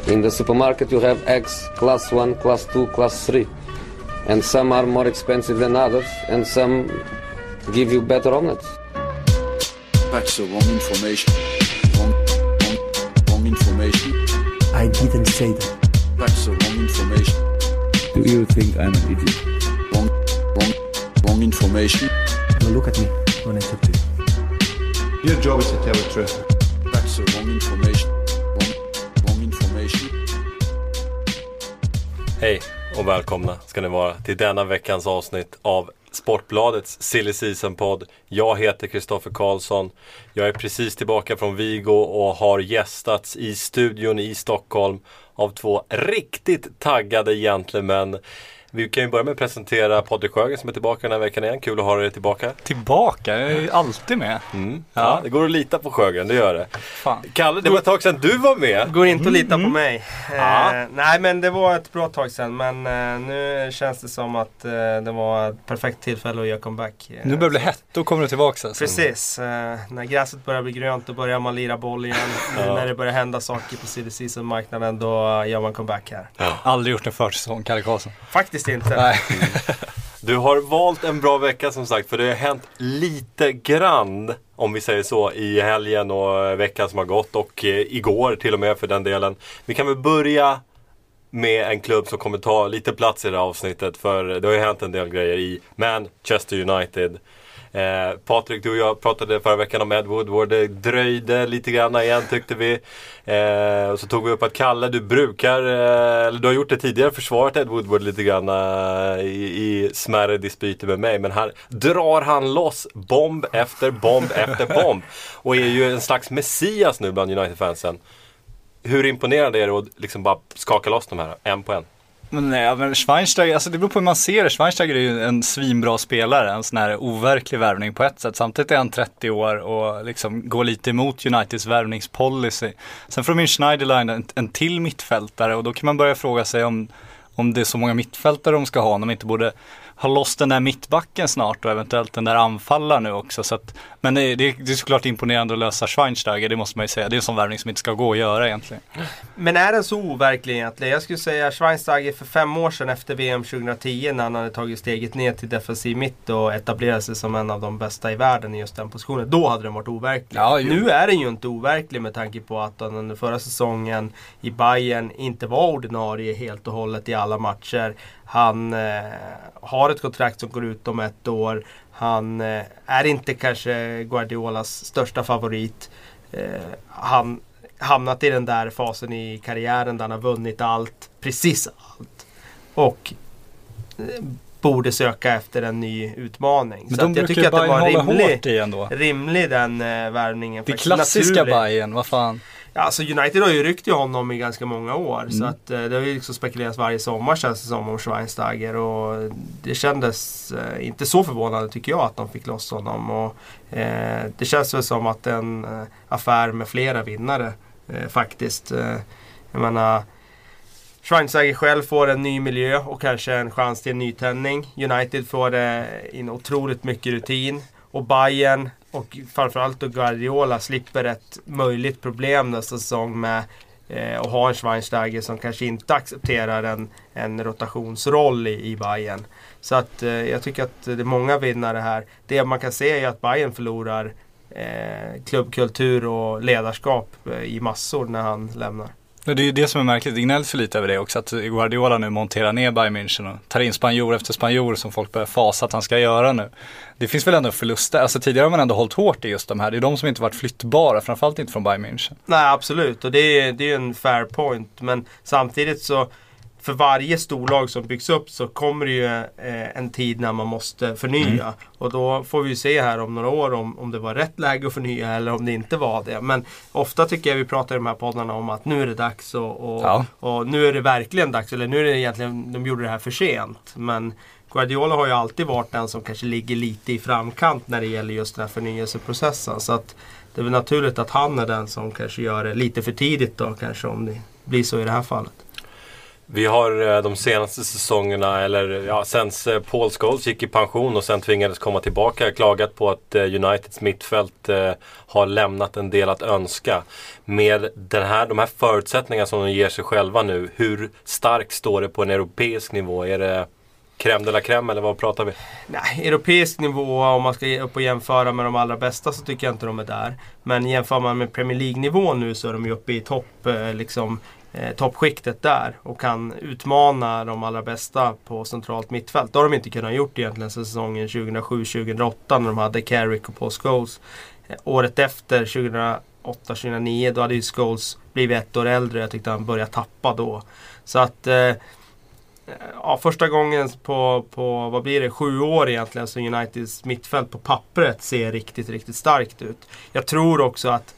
In the supermarket you have eggs class 1, class 2, class 3. And some are more expensive than others, and some give you better omelets. That's the wrong information. Wrong information. I didn't say that. That's the wrong information. Do you think I'm an idiot? Wrong information. Now look at me when I talk to you. Your job is to tell the truth. That's the wrong information. Wrong information. Hej och välkomna ska ni vara till denna veckans avsnitt av Sportbladets Silly Season-podd. Jag heter Kristoffer Karlsson. Jag är precis tillbaka från Vigo och har gästats i studion i Stockholm av två riktigt taggade gentlemän. Vi kan ju börja med att presentera Patrik Sjögren som är tillbaka den här veckan igen. Kul att ha dig tillbaka. Tillbaka? Jag är ju alltid med. Ja, det går att lita på Sjögren, det gör det. Fan. Kalle, det var ett tag sedan du var med. Går inte att lita på mig. Ja. Nej, men det var ett bra tag sedan. Men nu känns det som att det var ett perfekt tillfälle att göra comeback. Nu börjar det bli hett, då kommer du tillbaka. Alltså. Precis. När gräset börjar bli grönt, då börjar man lira boll igen. Nu när det börjar hända saker på Silly Season-marknaden, då gör man comeback här. Ja. Aldrig gjort en försäsong, Kalle Karlsson. Faktiskt inte. Nej. Du har valt en bra vecka som sagt, för det har hänt lite grann, om vi säger så, i helgen och veckan som har gått och igår till och med för den delen. Vi kan väl börja med en klubb som kommer ta lite plats i det här avsnittet, för det har ju hänt en del grejer i Manchester United. Patrik, du och jag pratade förra veckan om Ed Woodward. Det dröjde lite grann igen tyckte vi. Och så tog vi upp att Kalle, du brukar, eller du har gjort det tidigare, försvarat Ed Woodward lite grann i smärre dispyter med mig. Men här drar han loss bomb efter bomb efter bomb. Och är ju en slags messias nu bland United-fansen. Hur imponerande är det att liksom bara skaka loss de här en på en? Men Schweinsteiger, alltså det beror på hur man ser det. Schweinsteiger är ju en svinbra spelare, en sån här overklig värvning på ett sätt. Samtidigt är han 30 år och liksom går lite emot Uniteds värvningspolicy. Sen får de in Schneiderline, en till mittfältare, och då kan man börja fråga sig om det är så många mittfältare de ska ha, om de inte borde ha loss den där mittbacken snart och eventuellt den där anfallaren nu också. Så att, men det är såklart imponerande att lösa Schweinsteiger, det måste man ju säga. Det är en sån värvning som inte ska gå att göra egentligen. Men är den så overklig egentligen? Jag skulle säga Schweinsteiger för 5 år sedan efter VM 2010, när han hade tagit steget ner till defensiv mitt och etablerat sig som en av de bästa i världen i just den positionen. Då hade den varit overklig. Ja, nu är den ju inte overklig med tanke på att han under förra säsongen i Bayern inte var ordinarie helt och hållet i alla matcher. Han har ett kontrakt som går ut om 1 år. Han är inte kanske Guardiolas största favorit. Han hamnat i den där fasen i karriären där han har vunnit allt, precis allt. Och borde söka efter en ny utmaning. Men så de jag tycker att det var rimlig den värvningen. Det klassiska Bayern, vad fan. Ja, alltså United har ju ryckt i honom i ganska många år. Så att det har ju liksom spekulerats varje sommar, känns det som, om Schweinsteiger. Och det kändes inte så förvånande tycker jag att de fick loss honom. Och det känns väl som att en affär med flera vinnare faktiskt. Jag menar, Schweinsteiger själv får en ny miljö och kanske en chans till en nytändning. United får in otroligt mycket rutin. Och Bayern och framförallt Guardiola slipper ett möjligt problem nästa säsong med att ha en Schweinsteiger som kanske inte accepterar en rotationsroll i Bayern. Så att jag tycker att det är många vinnare här. Det man kan se är att Bayern förlorar klubbkultur och ledarskap i massor när han lämnar. Det är ju det som är märkligt, det gnälls för lite över det också, att Guardiola nu monterar ner Bayern München och tar in spanjor efter spanjor som folk börjar fasa att han ska göra nu. Det finns väl ändå förluster, alltså tidigare har man ändå hållit hårt i just de här, det är de som inte varit flyttbara, framförallt inte från Bayern München. Nej, absolut, och det är en fair point, men samtidigt så för varje storlag som byggs upp så kommer det ju en tid när man måste förnya. Och då får vi ju se här om några år om det var rätt läge att förnya eller om det inte var det. Men ofta tycker jag vi pratar i de här poddarna om att nu är det dags och nu är det verkligen dags. Eller nu är det egentligen, de gjorde det här för sent. Men Guardiola har ju alltid varit den som kanske ligger lite i framkant när det gäller just den här förnyelseprocessen. Så att det är väl naturligt att han är den som kanske gör det lite för tidigt då, kanske, om det blir så i det här fallet. Vi har de senaste säsongerna, eller ja, sen Paul Scholes gick i pension och sen tvingades komma tillbaka, klagat på att Uniteds mittfält har lämnat en del att önska. Med de här förutsättningarna som de ger sig själva nu, hur starkt står det på en europeisk nivå? Är det crème de la crème eller vad pratar vi? Nej, europeisk nivå, om man ska upp och jämföra med de allra bästa så tycker jag inte de är där. Men jämför man med Premier League-nivå nu så är de ju uppe i toppskiktet där och kan utmana de allra bästa på centralt mittfält. Det har de inte kunnat gjort egentligen säsongen 2007-2008 när de hade Carrick och Paul Scholes. Året efter, 2008-2009, då hade ju Scholes blivit ett år äldre. Jag tyckte han började tappa då. Så att första gången på vad blir det, 7 år egentligen, så Uniteds mittfält på pappret ser riktigt, riktigt starkt ut. Jag tror också att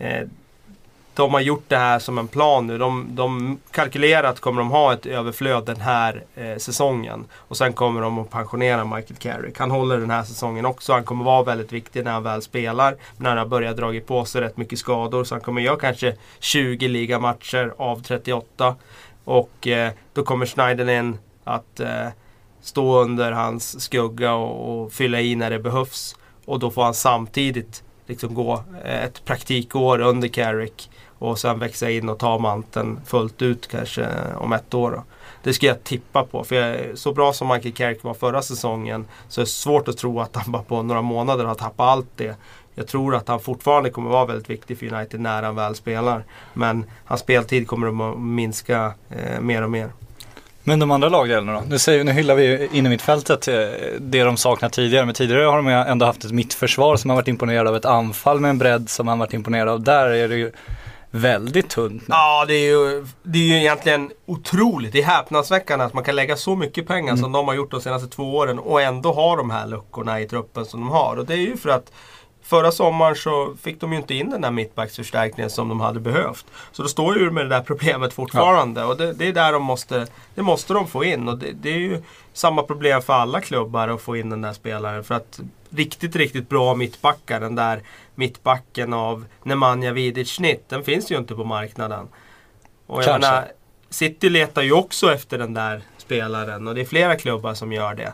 de har gjort det här som en plan nu. De kalkylerar att kommer de ha ett överflöd den här säsongen. Och sen kommer de att pensionera Michael Carrick. Han håller den här säsongen också. Han kommer vara väldigt viktig när han väl spelar. När han har börjat dra på sig rätt mycket skador. Så han kommer göra kanske 20 ligamatcher av 38. Och då kommer Schneiderlin att stå under hans skugga och fylla i när det behövs. Och då får han samtidigt liksom gå ett praktikår under Carrick och sen växa in och ta manteln fullt ut kanske om 1 år då. Det ska jag tippa på, för så bra som Michael Carrick var förra säsongen så är det svårt att tro att han bara på några månader har tappat allt det. Jag tror att han fortfarande kommer vara väldigt viktig för United när han väl spelar, men hans speltid kommer att minska mer och mer. Men de andra lagdelarna då? Nu hyllar vi inne mittfältet det de saknar tidigare. Men tidigare har de ändå haft ett mittförsvar som har varit imponerad av, ett anfall med en bredd som han varit imponerad av. Där är det ju väldigt tunt. Ja, det är ju egentligen otroligt. Det är häpnadsväckande att man kan lägga så mycket pengar som de har gjort de senaste 2 åren och ändå ha de här luckorna i truppen som de har. Och det är ju för att förra sommaren så fick de ju inte in den där mittbacksförstärkningen som de hade behövt. Så då står ju med det där problemet fortfarande. Ja. Och det är där det måste de få in. Och det är ju samma problem för alla klubbar att få in den där spelaren. För att riktigt, riktigt bra mittbackar, den där mittbacken av Nemanja Vidic-snitt, den finns ju inte på marknaden. Och jag menar, City letar ju också efter den där spelaren. Och det är flera klubbar som gör det.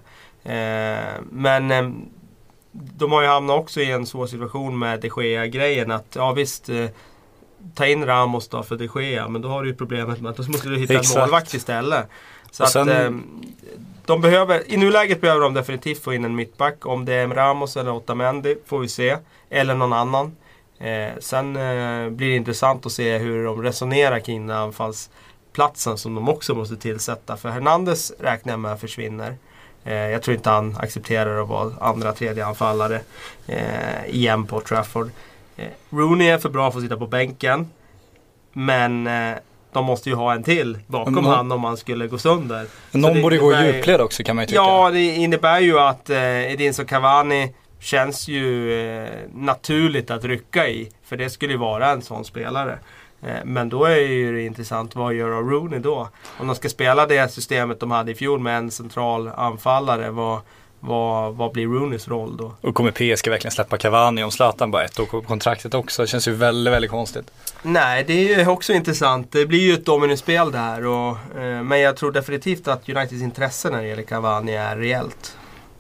Men de har ju hamnat också i en svår situation med De Gea-grejen. Att ja visst, ta in Ramos då för De Gea, men då har du ju problemet med att då måste du hitta en målvakt istället. Så sen, att de behöver, i nuläget behöver de definitivt få in en mittback. Om det är Ramos eller Otamendi får vi se. Eller någon annan. Sen blir det intressant att se hur de resonerar kring den anfallsplatsen som de också måste tillsätta. För Hernandez räknar jag med försvinner. Jag tror inte han accepterar att vara andra, tredje anfallare igen på Trafford. Rooney är för bra för att sitta på bänken. Men de måste ju ha en till bakom han om han skulle gå sönder. Någon borde gå i djupled också kan man ju tycka. Ja, det innebär ju att Edinson Cavani känns ju naturligt att rycka i. För det skulle ju vara en sån spelare. Men då är ju det intressant, vad gör Rooney då? Om de ska spela det systemet de hade i fjol med en central anfallare, vad blir Rooneys roll då? Och kommer PSG verkligen släppa Cavani om Zlatan bara 1 år på kontraktet också? Det känns ju väldigt, väldigt konstigt. Nej, det är ju också intressant. Det blir ju ett dominusspel där. Men jag tror definitivt att Uniteds intresse när det gäller Cavani är reellt.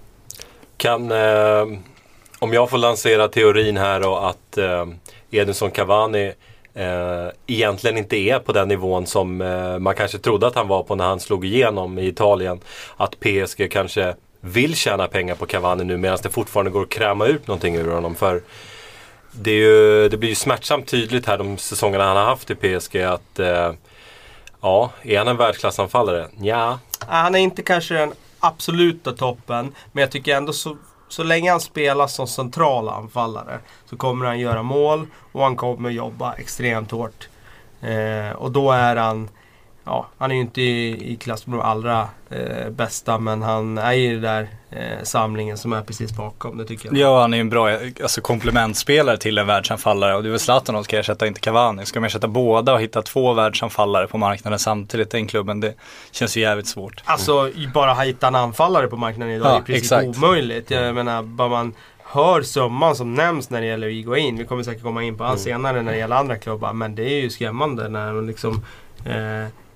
Om jag får lansera teorin här och att Edinson Cavani egentligen inte är på den nivån som man kanske trodde att han var på när han slog igenom i Italien. Att PSG kanske vill tjäna pengar på Cavani nu medan det fortfarande går att kräma ut någonting ur honom. För det blir ju smärtsamt tydligt här de säsongerna han har haft i PSG att är han en världsklassanfallare? Ja. Han är inte kanske den absoluta toppen, men jag tycker ändå så länge han spelar som central anfallare så kommer han göra mål och han kommer jobba extremt hårt. Och då är han är ju inte i klass med de allra bästa, men han är ju där samlingen som är precis bakom, det tycker jag. Ja, han är ju en bra komplementspelare till en världsanfallare, och det är väl Zlatan som ska ersätta, inte Cavani. Ska man ersätta båda och hitta 2 världsanfallare på marknaden samtidigt i den klubben, det känns ju jävligt svårt. Alltså bara hitta en anfallare på marknaden idag är precis omöjligt. Jag menar, bara man hör summan som nämns när det gäller Higuain, vi kommer säkert komma in på allt senare när det gäller andra klubbar, men det är ju skrämmande när de liksom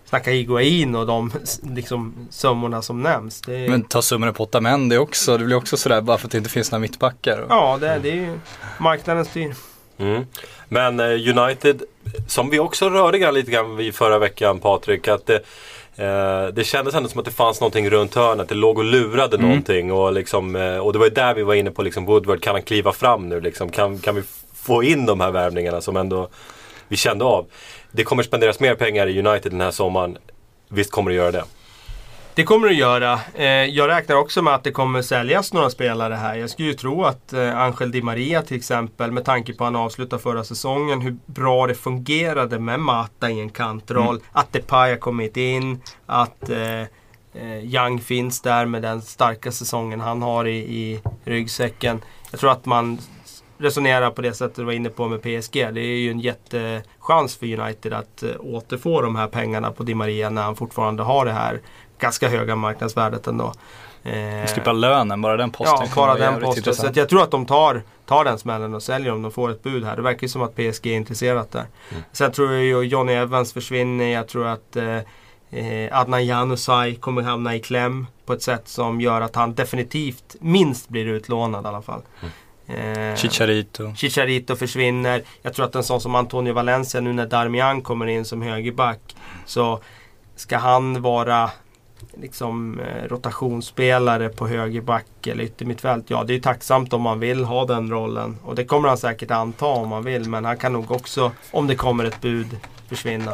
snacka Higuain och de liksom summorna som nämns. Men ta summorna på Otamendi också. Det blir också sådär bara för att det inte finns några mittbackar. Ja, det är ju marknaden styr. Men United, som vi också rörde lite grann vid förra veckan, Patrik, att det kändes ändå som att det fanns någonting runt hörnet. Det låg och lurade någonting och, liksom, och det var ju där vi var inne på liksom, Woodward, kan han kliva fram nu? Liksom? Kan vi få in de här värvningarna som ändå vi kände av? Det kommer spenderas mer pengar i United den här sommaren. Visst kommer det göra det? Det kommer det göra. Jag räknar också med att det kommer säljas några spelare här. Jag skulle ju tro att Angel Di Maria till exempel, med tanke på att han avslutade förra säsongen, hur bra det fungerade med Mata i en kantroll, att Depay har kommit in, att Young finns där med den starka säsongen han har i ryggsäcken. Jag tror att man resonerar på det sättet du var inne på med PSG. Det är ju en jättechans för United att återfå de här pengarna på Di Maria när han fortfarande har det här ganska höga marknadsvärdet ändå. Slippa lönen, bara den posten. Ja, bara den posten. Så att jag tror att de tar den smällen och säljer om de får ett bud här. Det verkar ju som att PSG är intresserat där. Sen tror jag ju Johnny Evans försvinner. Jag tror att Adnan Januzaj kommer hamna i kläm på ett sätt som gör att han definitivt minst blir utlånad i alla fall. Chicharito försvinner. Jag tror att en sån som Antonio Valencia, nu när Darmian kommer in som högerback, så ska han vara liksom rotationsspelare på högerback eller yttermittfält. Ja, det är ju tacksamt om man vill ha den rollen. Och det kommer han säkert anta om man vill. Men han kan nog också, om det kommer ett bud, försvinna.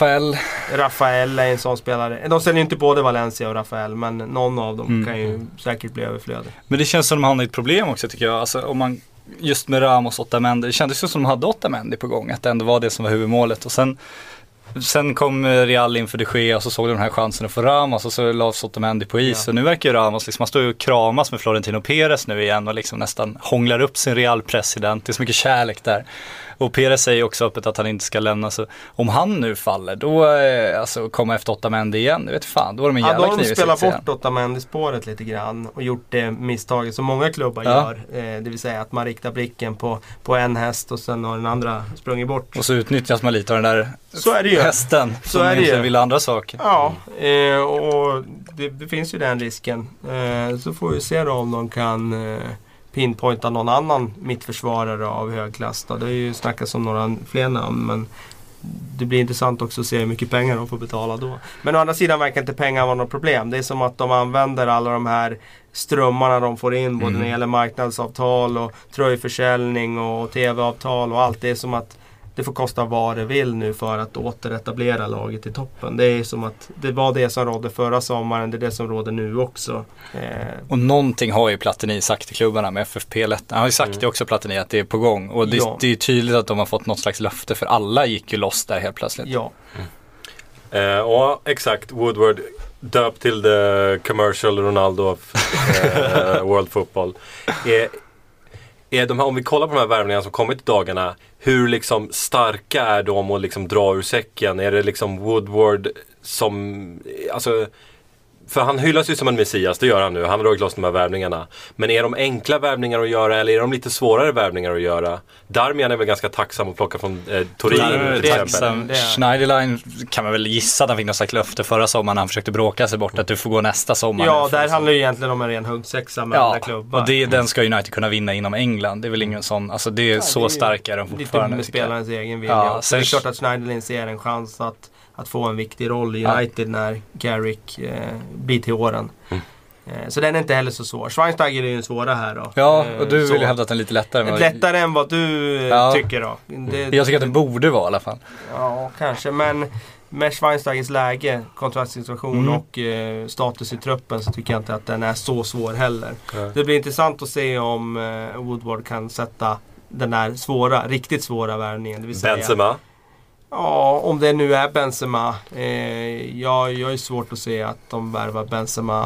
Rafael är en sån spelare. De säljer ju inte både Valencia och Rafael, men någon av dem kan ju säkert bli överflödig. Men det känns som de har ett problem också, tycker jag. Alltså, om man, just med Ramos och Otamendi, det kändes ju som de hade Otamendi på gång. Att det ändå var det som var huvudmålet. Och sen kom Real in för de Gea och så såg de den här chansen att få Ramos och så lades Otamendi på is. Och nu verkar ju Ramos, liksom, han står ju och kramas med Florentino Perez nu igen och liksom nästan hånglar upp sin Real-president. Det är så mycket kärlek där. Och Perez säger också öppet att han inte ska lämna. Så om han nu faller, då alltså, komma efter Otamendi igen, det vet fan, då är de en jävla kniv i spelat bort Otamendi-spåret lite grann och gjort det misstaget som många klubbar gör. Det vill säga att man riktar blicken på en häst och sen har den andra sprungit bort. Och så utnyttjas man lite av den där hästen så som är egentligen vill andra saker. Ja, och det finns ju den risken. Så får vi se då om de kan pinpointa någon annan mittförsvarare av hög klass. Det är ju snackas om några fler namn, men det blir intressant också att se hur mycket pengar de får betala då. Men å andra sidan verkar inte pengar vara något problem. Det är som att de använder alla de här strömmarna de får in, både när det gäller marknadsavtal och tröjförsäljning och tv-avtal och allt. Det är som att det får kosta vad det vill nu för att återetablera laget i toppen. Det är som att det var det som rådde förra sommaren, det är det som råder nu också. Och någonting har ju Platini sagt till klubbarna med FFP-lätt. Han har ju sagt det också, Platini, att det är på gång. Och det är ju tydligt att de har fått något slags löfte, för alla gick ju loss där helt plötsligt. Ja. Och exakt, Woodward döpt till the commercial Ronaldo of World Football. Är de här, om vi kollar på de här värvningarna som kommit i dagarna, hur liksom starka är de att liksom dra ur säcken? Är det liksom Woodward som, alltså, för han hyllas ju som en messias, det gör han nu. Han har dragit loss de här värvningarna. Men är de enkla värvningar att göra eller är de lite svårare värvningar att göra? Darmian är väl ganska tacksam att plocka från Torino till exempel. Schneiderlein kan man väl gissa att han fick något slags löfte förra sommaren när han försökte bråka sig bort att du får gå nästa sommar. Ja, där handlar det egentligen om en ren huggsexa med andra klubbar. Och den ska United kunna vinna inom England. Det är väl ingen sån, alltså det är så starka de fortfarande. Lite med spelarens egen vilja. Så det är klart att Schneiderlein ser en chans att få en viktig roll i United när Carrick blir till åren. Så den är inte heller så svår. Schweinsteiger är ju en svåra här då. Ja, och du vill ju hävda att den är lite lättare. Lättare än vad du tycker då. Jag tycker att den borde vara i alla fall. Ja, kanske. Men med Schweinsteigers läge, kontraktssituation och status i truppen, så tycker jag inte att den är så svår heller. Det blir intressant att se om Woodward kan sätta den här svåra, riktigt svåra värvningen. Det vill säga Benzema? Ja, om det nu är Benzema. Jag är svårt att se att de värvar Benzema.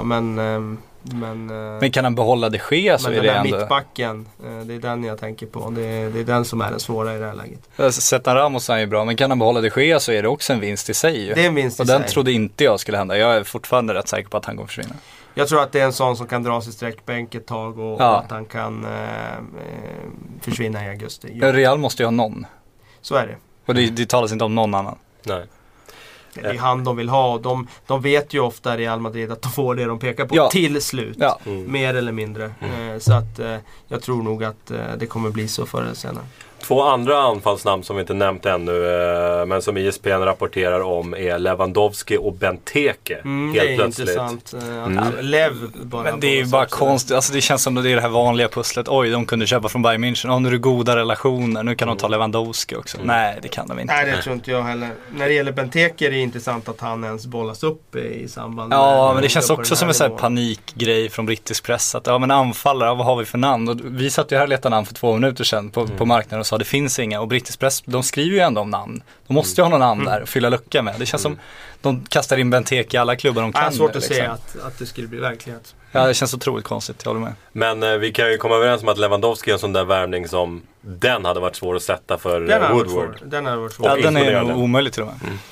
Men kan han behålla det ske så är det ändå... mittbacken, det är den jag tänker på. Det är den som är den svåra i det här läget. Sätta Ramos är ju bra, men kan han behålla det ske så är det också en vinst i sig. Det är en vinst i sig. Och den trodde inte jag skulle hända. Jag är fortfarande rätt säker på att han kommer försvinna. Jag tror att det är en sån som kan dra sig sträckbänk ett tag och att han kan försvinna i augusti. Real måste ju ha någon. Så är det. Och det talas inte om någon annan. Nej. Det är ju han de vill ha. De vet ju ofta i Real Madrid att de får det de pekar på till slut. Ja. Mer eller mindre. Så att jag tror nog att det kommer bli så förr eller senare. 2 andra anfallsnamn som vi inte nämnt ännu, men som ISPN rapporterar om är Lewandowski och Benteke. Helt det är plötsligt. Intressant. Lev bara. Men det är ju bara konstigt. Alltså det känns som att det är det här vanliga pusslet. Oj, de kunde köpa från Bayern München. Nu är det goda relationer. Nu kan de ta Lewandowski också. Nej, det kan de inte. Nej, det tror inte jag heller. När det gäller Benteke är det intressant att han ens bollas upp i samband med... Ja, men det känns också som en sån här panikgrej från brittisk press. Att men anfallare, vad har vi för namn? Och vi satt ju här och letade namn för 2 minuter sedan på marknaden och sa det finns inga. Och brittisk press, de skriver ju ändå om namn. De måste ju ha någon namn där och fylla lucka med. Det känns som de kastar in Benteke i alla klubbar de kan. Det är svårt att se att det skulle bli verklighet. Ja, det känns otroligt konstigt, jag håller med. Men vi kan ju komma överens om att Lewandowski är en sån där värvning som den hade varit svår att sätta för Woodward. Den hade varit svår. Ja, den är omöjlig till och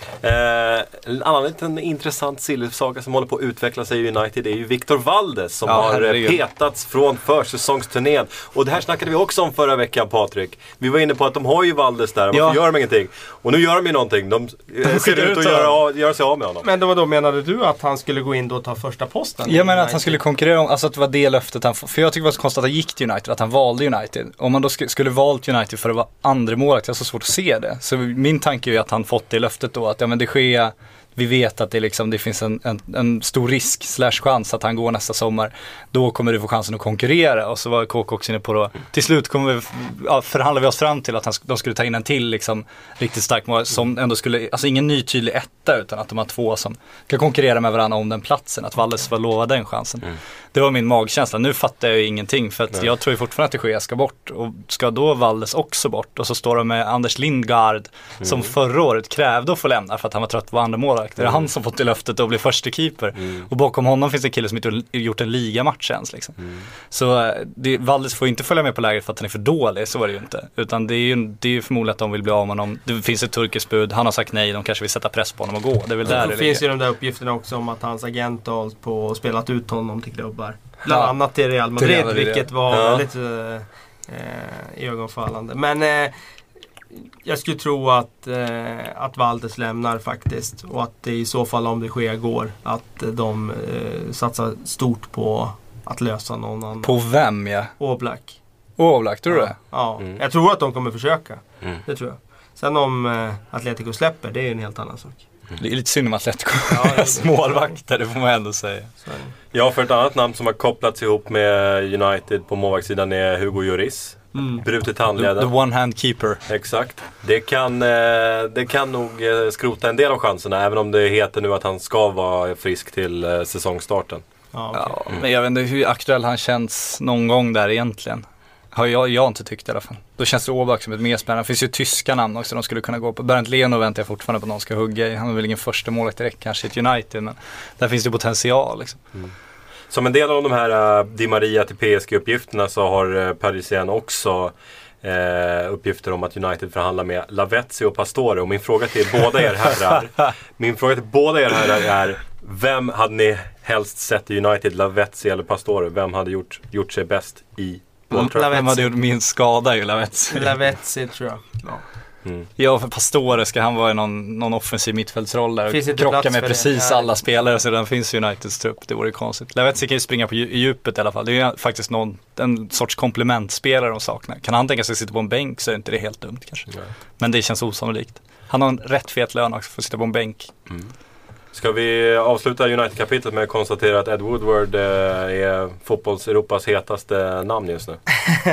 med. En annan liten intressant silversaga som håller på att utveckla sig i United är ju Victor Valdes som har petats från försäsongsturnén. Och det här snackade vi också om förra veckan, Patrik. Vi var inne på att de har ju Valdes där, varför gör de ingenting? Och nu gör de ju någonting. De ser ut att göra sig av med honom. Men då menade du att han skulle gå in och ta första posten? Jag menar att han skulle konkurrera om, alltså att det var det löftet han, för jag tycker det var så konstigt att han gick till United, att han valde United. Om man då skulle valt United för att vara andra målvakt, det är så svårt att se det. Så min tanke är ju att han fått det löftet då, att det sker, vi vet att det finns en stor risk / chans att han går nästa sommar. Då kommer du få chansen att konkurrera. Och så var KK också inne på då, till slut förhandlar vi oss fram till att de skulle ta in en till riktigt stark mål som ändå skulle, alltså ingen ny tydlig etta, utan att de har 2 som kan konkurrera med varandra om den platsen, att Valles var lovad den chansen. Det var min magkänsla. Nu fattar jag ju ingenting, för att jag tror ju fortfarande att det sker ska bort, och ska då Valles också bort, och så står de med Anders Lindgaard som förra året krävde att få lämna för att han var trött på andra mål. Det är han som fått det löftet att bli första keeper. Och bakom honom finns en kille som inte gjort en ligamatch ens. Så Valdes får inte följa med på läget för att han är för dålig, så var det ju inte. Utan det är ju förmodligen att de vill bli av med honom. Det finns ett turkiskt bud, han har sagt nej, de kanske vill sätta press på honom och gå. Det är väl där det finns ju de där uppgifterna också om att hans agent har hållit på och spelat ut honom till klubbar. Bland annat till Real Madrid, vilket var väldigt ögonfallande. Men jag skulle tro att Valdes lämnar faktiskt, och att det i så fall, om det sker, går att de satsar stort på att lösa någon annan. På vem, ja? Oblak, tror du det? Ja, jag tror att de kommer försöka. Det tror jag. Sen om Atletico släpper, det är en helt annan sak. Det är lite synd om Atletico. Målvakter, det får man ändå säga. Ja, för ett annat namn som har kopplats ihop med United på målvaktssidan är Hugo Lloris. Brutit handleden. The one-hand keeper. Exakt. Det kan nog skrota en del av chanserna, även om det heter nu att han ska vara frisk till säsongstarten. Men jag vet inte hur aktuell han känns någon gång där egentligen. Har jag inte tyckt i alla fall. Då känns det Åbak som ett mer spännande. Det finns ju tyska namn också de skulle kunna gå på. Bernd Leno väntar jag fortfarande på att någon ska hugga i. Han är väl ingen första målet direkt kanske i ett United, men där finns det potential liksom. Som en del av de här Di Maria till PSG-uppgifterna så har Parisien också uppgifter om att United förhandlar med Lavezzi och Pastore. Och min fråga till båda er herrar är: vem hade ni helst sett i United, Lavezzi eller Pastore? Vem hade gjort sig bäst i Vem hade gjort min skada i Lavezzi? Lavezzi tror jag. Ja, för Pastore ska han vara i någon offensiv mittfältsroll där och krocka med precis alla spelare, så den finns Uniteds trupp. Det vore konstigt. Lavezzi kan ju springa på djupet i alla fall. Det är ju faktiskt en sorts komplementspelare de saknar. Kan han tänka sig att sitta på en bänk så är inte det helt dumt kanske. Men det känns osannolikt. Han har en rätt fet lön också för att sitta på en bänk. Ska vi avsluta United-kapitlet med att konstatera att Ed Woodward är fotbolls-Europas hetaste namn just nu?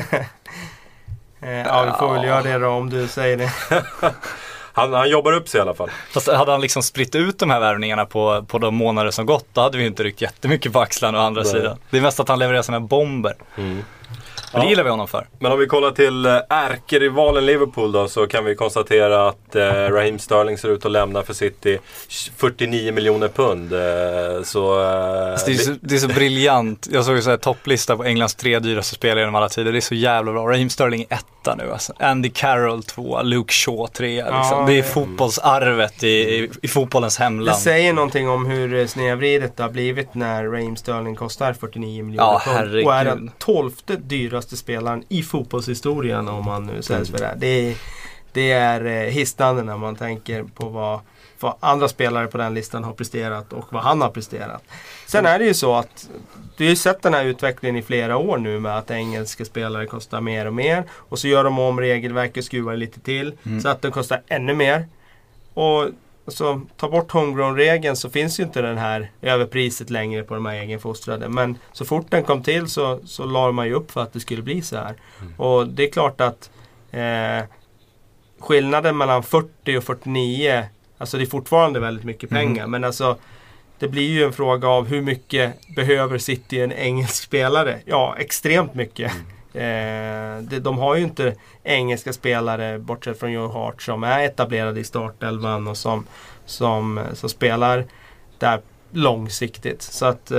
Ja, vi får väl göra det då, om du säger det. Han jobbar upp sig i alla fall. Fast hade han liksom spritt ut de här värvningarna på de månader som gått, då hade vi inte ryckt jättemycket på axlarna å andra sidan. Det är mest att han levererar såna här bomber. Det gillar vi honom för. Men om vi kollar till ärkerivalen Liverpool då, så kan vi konstatera att Raheem Sterling ser ut att lämna för City 49 miljoner pund. Det är så briljant. Jag såg ju så här topplista på Englands 3 dyraste spelare genom alla tider. Det är så jävla bra. Raheem Sterling är 1 nu alltså. Andy Carroll 2, Luke Shaw 3 liksom. Det är fotbollsarvet i fotbollens hemland. Det säger någonting om hur snedvridet det har blivit när Raheem Sterling kostar 49 miljoner pund och är den 12:e dyraste spelaren i fotbollshistorien, om man nu sägs för det. det är hisnande när man tänker på vad andra spelare på den listan har presterat och vad han har presterat. Sen är det ju så att du har ju sett den här utvecklingen i flera år nu med att engelska spelare kostar mer och mer. Och så gör de om regelverket och skruvar lite till så att den kostar ännu mer. Och så ta bort homegrown-regeln så finns ju inte den här överpriset längre på de här egenfostrade. Men så fort den kom till så la man ju upp för att det skulle bli så här. Och det är klart att skillnaden mellan 40 och 49, alltså det är fortfarande väldigt mycket pengar. Men alltså det blir ju en fråga av hur mycket behöver City en engelsk spelare? Ja, extremt mycket. De har ju inte engelska spelare bortsett från Joe Hart som är etablerade i startelvan och som spelar där långsiktigt. Så att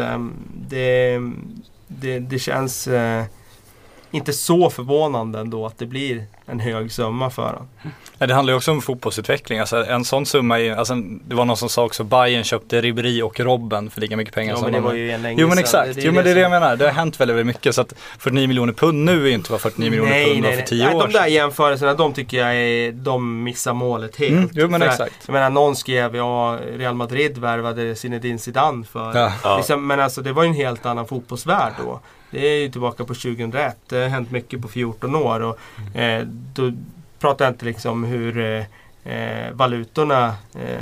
det känns inte så förvånande ändå att det blir en hög summa för honom. Ja, det handlar ju också om fotbollsutveckling. Alltså, en sån summa det var någon som sa också Bayern köpte Ribéry och Robben för lika mycket pengar som men det var ju en länge Jo men sedan. exakt, det är det jag menar. Det har hänt väldigt mycket så att 49 miljoner pund nu är inte vad 49 miljoner pund var för 10 år sedan. De där jämförelserna, de tycker jag de missar målet helt. Jo men exakt. Jag menar, någon skrev Real Madrid värvade Zinedine Zidane för. Ja. Liksom, men alltså det var ju en helt annan fotbollsvärld då. Det är ju tillbaka på 2001. Det har hänt mycket på 14 år. Och, då pratar jag inte liksom hur valutorna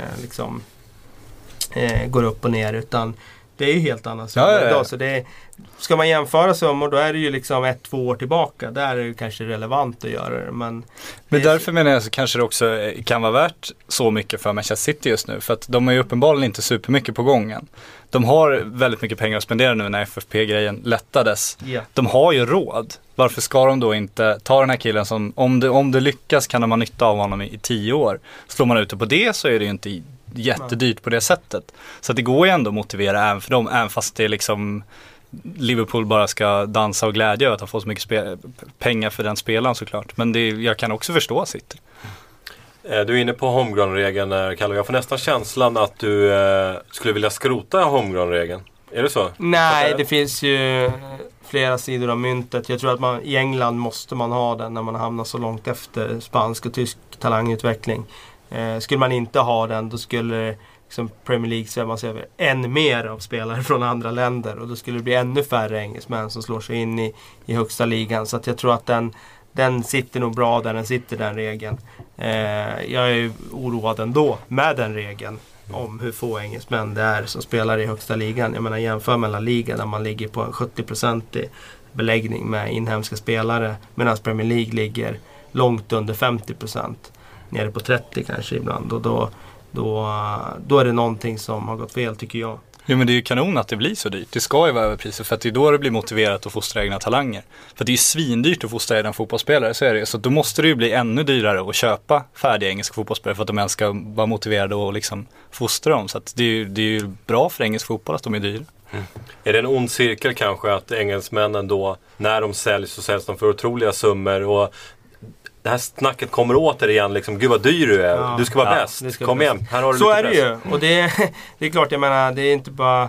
går upp och ner. Utan det är ju helt annat. Ja. Så ska man jämföra summor då är det ju liksom 1-2 år tillbaka. Där är det ju kanske relevant att göra det. Men därför menar jag så kanske det också kan vara värt så mycket för Manchester City just nu. För att de är ju uppenbarligen inte supermycket på gången. De har väldigt mycket pengar att spendera nu när FFP-grejen lättades. Yeah. De har ju råd. Varför ska de då inte ta den här killen som, om det lyckas kan de ha nytta av honom i 10 år. Slår man ut det på det så är det ju inte jättedyrt på det sättet. Så det går ju ändå att motivera även för dem, även fast det liksom Liverpool bara ska dansa och glädja att ha fått så mycket pengar för den spelaren såklart. Men jag kan också förstå City. Du är inne på homegrown-regeln, Kalle. Jag får nästan känslan att du skulle vilja skrota homegrown-regeln. Är det så? Nej, det finns ju flera sidor av myntet. Jag tror att i England måste man ha den när man hamnar så långt efter spansk och tysk talangutveckling. Skulle man inte ha den, då skulle liksom Premier League svämmas över än mer av spelare från andra länder. Och då skulle det bli ännu färre engelsmän som slår sig in i högsta ligan. Så att jag tror att den sitter nog bra där den sitter, den regeln. Jag är ju oroad ändå med den regeln om hur få engelsmän det är som spelar i högsta ligan. Jag menar, jämför mellan ligan där man ligger på en 70% beläggning med inhemska spelare, medan Premier League ligger långt under 50%, nere på 30 kanske ibland. Och då är det någonting som har gått fel, tycker jag. Jo, men det är ju kanon att det blir så dyrt. Det ska ju vara överpriser för att det är då det blir motiverat att fostra egna talanger. För det är ju svindyrt att fostra egna fotbollsspelare, så är det. Så då måste det ju bli ännu dyrare att köpa färdiga engelska fotbollsspelare för att de ens ska vara motiverade och liksom fostra dem. Så att det är ju bra för engelsk fotboll att de är dyra. Mm. Är det en ond cirkel kanske att engelsmännen då, när de säljs så säljs de för otroliga summor och det här snacket kommer återigen liksom, gud vad dyr du är, du ska vara bäst, kom igen, här har du så lite är press. det ju, och det är klart, jag menar, det är inte bara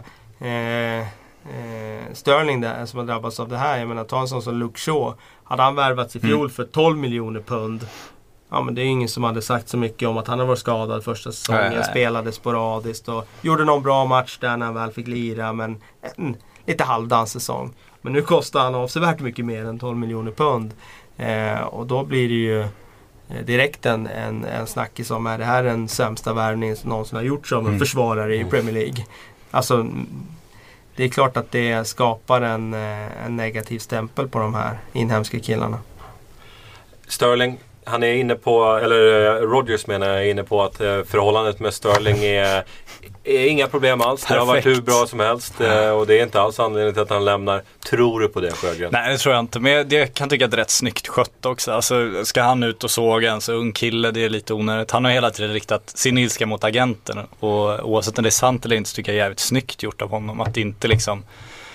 Sterling där som har drabbats av det här. Jag menar, ta en sån som Luke Shaw, hade han värvats i fjol för 12 miljoner pund, ja men det är ingen som hade sagt så mycket om att han har varit skadad första säsongen, spelade sporadiskt och gjorde någon bra match där när han väl fick lira, men lite halvdan säsong. Men nu kostar han avsevärt mycket mer än 12 miljoner pund. Och då blir det ju direkt en snackis om, är det här den sämsta värvningen som någonsin har gjorts av en försvarare i Premier League? Alltså, det är klart att det skapar en negativ stämpel på de här inhemska killarna. Sterling, han är inne på, eller Rodgers menar jag, är inne på att förhållandet med Sterling är inga problem alls. Perfekt. Det har varit hur bra som helst och det är inte alls anledningen till att han lämnar. Tror du på det, Sjögren? Nej, det tror jag inte. Men det kan tycka att det är rätt snyggt skött också. Alltså, ska han ut och såga en så ung kille, det är lite onödigt. Han har hela tiden riktat sin ilska mot agenten och oavsett om det är sant eller inte så tycker jag är jävligt snyggt gjort av honom. Att inte liksom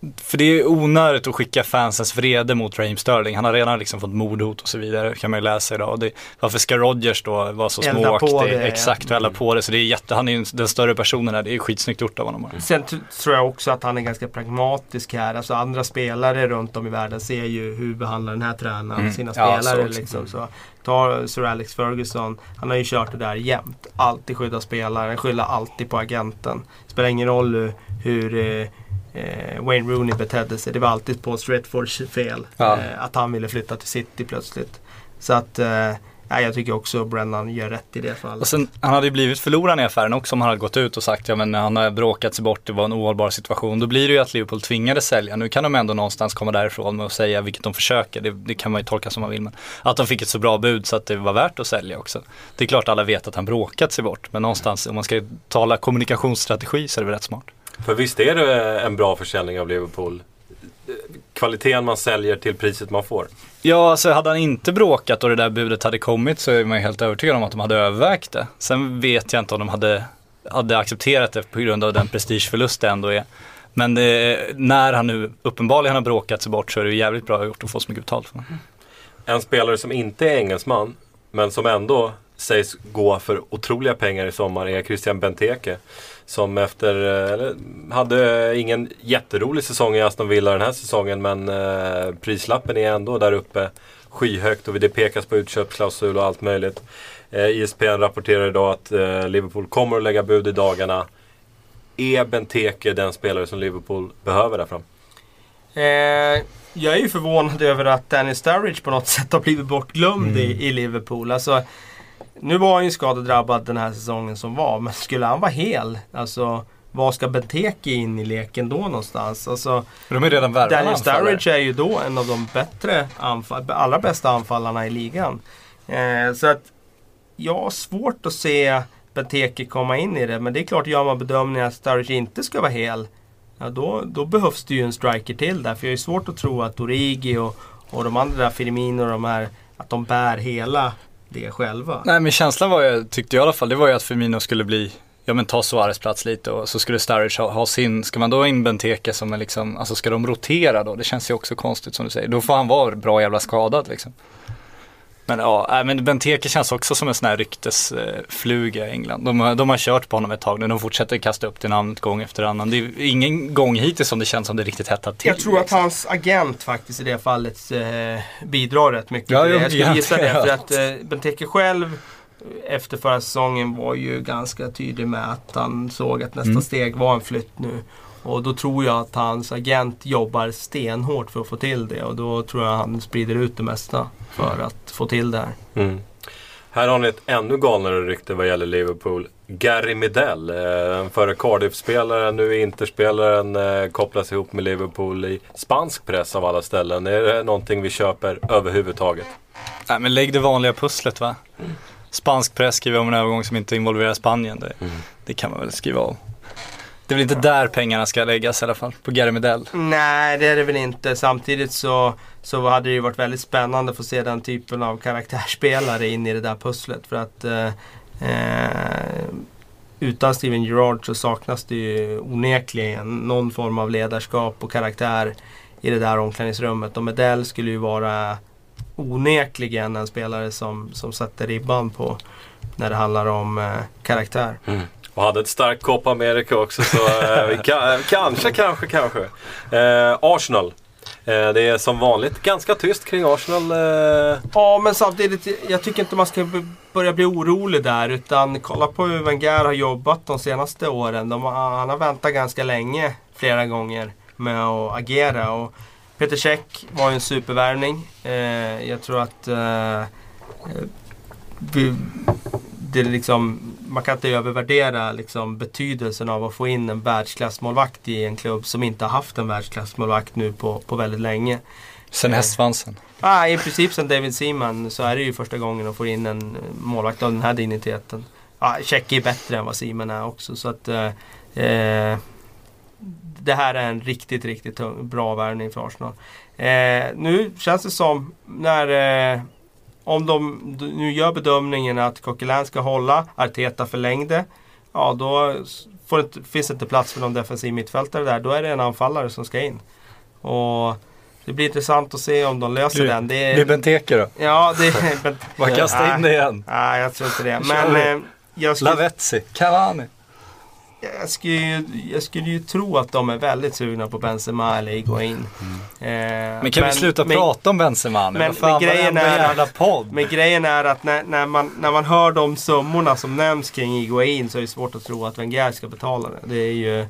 För det är onödigt att skicka fansens vrede mot Raheem Sterling. Han har redan liksom fått mordhot och så vidare, kan man ju läsa idag. Varför ska Rodgers då vara så småaktig? Exakt, och elda på det. Så det är han är ju den större personen här. Det är skitsnyggt gjort av honom. Sen tror jag också att han är ganska pragmatisk här. Alltså andra spelare runt om i världen ser ju hur behandlar den här tränaren sina spelare. Liksom. Så ta Sir Alex Ferguson. Han har ju kört det där jämt. Alltid skydda spelaren, skylla alltid på agenten. Spelar ingen roll hur Wayne Rooney betedde sig. Det var alltid på Stretfords fel att han ville flytta till City plötsligt. Så att jag tycker också Brennan gör rätt i det fallet. Och sen, han hade ju blivit förloraren i affären också om han hade gått ut och sagt men han har bråkat sig bort, det var en ohållbar situation. Då blir det ju att Liverpool tvingades sälja. Nu kan de ändå någonstans komma därifrån med att säga vilket de försöker. Det kan man ju tolka som man vill. Men att de fick ett så bra bud så att det var värt att sälja också. Det är klart alla vet att han bråkat sig bort. Men någonstans, om man ska tala kommunikationsstrategi så är det väl rätt smart. För visst är det en bra försäljning av Liverpool? Kvaliteten man säljer till priset man får. Ja, alltså hade han inte bråkat och det där budet hade kommit så är man helt övertygad om att de hade övervägt det. Sen vet jag inte om de hade accepterat det på grund av den prestigeförlust det ändå är. Men när han nu uppenbarligen har bråkat sig bort så är det jävligt bra gjort att få så mycket betalt för. En spelare som inte är engelsman men som ändå sägs gå för otroliga pengar i sommar är Christian Benteke. Som hade ingen jätterolig säsong i Aston Villa den här säsongen, men prislappen är ändå där uppe skyhögt och det pekas på utköpsklausul och allt möjligt. ESPN rapporterar idag att Liverpool kommer att lägga bud i dagarna. Är Benteke den spelare som Liverpool behöver där fram? Jag är ju förvånad över att Danny Sturridge på något sätt har blivit bortglömd i Liverpool. Alltså, nu var han ju skadedrabbad den här säsongen som var. Men skulle han vara hel? Alltså, vad ska Benteke in i leken då någonstans? Alltså, de är redan värvade. Danny Sturridge är ju då en av de allra bästa anfallarna i ligan. Så att jag har svårt att se Benteke komma in i det. Men det är klart, gör man bedömningen att Sturridge inte ska vara hel, ja, då behövs det ju en striker till där. För jag är svårt att tro att Origi och de andra där, Firmino och de här, att de bär hela det själva. Nej, men känslan var ju, tyckte jag i alla fall, det var ju att Firmino skulle bli, ta Suarez plats lite och så skulle Sturridge ha sin. Ska man då in Benteke som är liksom, alltså ska de rotera då? Det känns ju också konstigt som du säger. Då får han vara bra jävla skadad liksom. Men ja, men Benteke känns också som en sån här ryktesfluga i England. De har kört på honom ett tag nu. De fortsätter kasta upp till namnet gång efter annan. Det är ingen gång hittills som det känns som det riktigt hettat till. Jag tror att hans agent faktiskt i det fallet bidrar rätt mycket till det. Jag skulle gissa det. För att Benteke själv efter förra säsongen var ju ganska tydlig med att han såg att nästa steg var en flytt nu. Och då tror jag att hans agent jobbar stenhårt för att få till det. Och då tror jag han sprider ut det mesta för att få till det här. Mm. Här har ni ett ännu galnare rykte vad gäller Liverpool. Gary Medel, före Cardiff-spelaren, nu Interspelaren, kopplas ihop med Liverpool i spansk press av alla ställen. Är det någonting vi köper överhuvudtaget? Nej, men lägg det vanliga pusslet, va? Spansk press skriver om en övergång som inte involverar Spanien. Det kan man väl skriva av. Det är väl inte där pengarna ska läggas i alla fall, på Gary Medel? Nej, det är det väl inte. Samtidigt så hade det ju varit väldigt spännande att få se den typen av karaktärsspelare in i det där pusslet. För att utan Steven Gerrard så saknas det ju onekligen någon form av ledarskap och karaktär i det där omklädningsrummet. Och Medel skulle ju vara onekligen en spelare som sätter ribban på när det handlar om karaktär. Och hade ett starkt Copa America också, så kanske. Arsenal. Det är som vanligt ganska tyst kring Arsenal. Ja, men samtidigt, jag tycker inte man ska börja bli orolig där, utan kolla på hur Wenger har jobbat de senaste åren. Han har väntat ganska länge, flera gånger, med att agera. Och Peter Cech var ju en supervärvning. Jag tror att det liksom, man kan inte övervärdera liksom betydelsen av att få in en världsklassmålvakt i en klubb som inte har haft en världsklassmålvakt nu på väldigt länge. Sen hästsvansen? I princip sen David Seaman så är det ju första gången att få in en målvakt av den här digniteten. Cech är bättre än vad Seaman är också, så att det här är en riktigt, riktigt bra värvning för Arsenal. Nu känns det som när om de nu gör bedömningen att Coquelin ska hålla, Arteta förlängde. ja då finns det inte plats för någon defensiv mittfältare där. Då är det en anfallare som ska in. Och det blir intressant att se om de löser den. Det är Benteke då? Ja, det är... Bara kasta in det igen. Nej, jag tror inte det. Men Lavezzi, Cavani. Jag skulle ju tro att de är väldigt sugna på Benzema eller Higuain. Men kan vi sluta prata om Benzema nu? Men grejen är att när man hör de summorna som nämns kring Higuain så är det svårt att tro att Wenger ska betala det. Det är ju...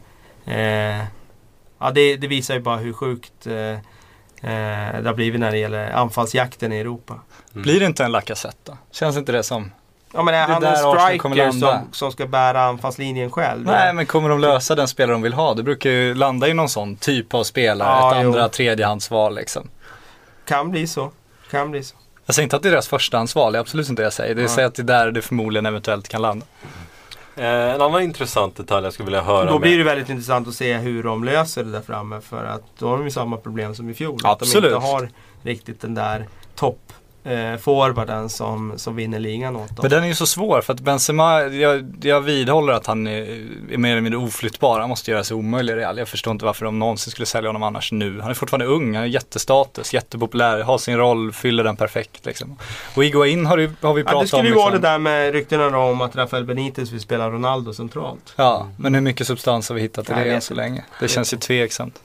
det visar ju bara hur sjukt det har blivit när det gäller anfallsjakten i Europa. Blir det inte en Lacazette då? Känns inte det som... Ja, men är han en striker som ska bära anfallslinjen själv? Nej, men kommer de lösa den spelare de vill ha? Det brukar ju landa i någon sån typ av spelare. Ett andra, tredjehandsval liksom. Kan bli så. Jag säger inte att det är deras förstahandsval, det är absolut inte det jag säger. Det säger att det är där det förmodligen eventuellt kan landa. En annan intressant detalj jag skulle vilja höra. Då blir det väldigt intressant att se hur de löser det där framme. För att då har de ju samma problem som i fjol. Absolut. Att de inte har riktigt den där forwarden som vinner ligan åt dem. Men den är ju så svår för att Benzema, jag vidhåller att han är mer eller mindre oflyttbar. Han måste göra sig omöjlig i Real. Jag förstår inte varför de någonsin skulle sälja honom annars nu. Han är fortfarande ung, han är jättestatus, jättepopulär, har sin roll, fyller den perfekt liksom. Och Higuain har vi pratat om. Det skulle ju vara det där med ryktena om att Rafael Benitez vill spela Ronaldo centralt. Ja, men hur mycket substans har vi hittat i det än så länge? Det känns ju tveksamt.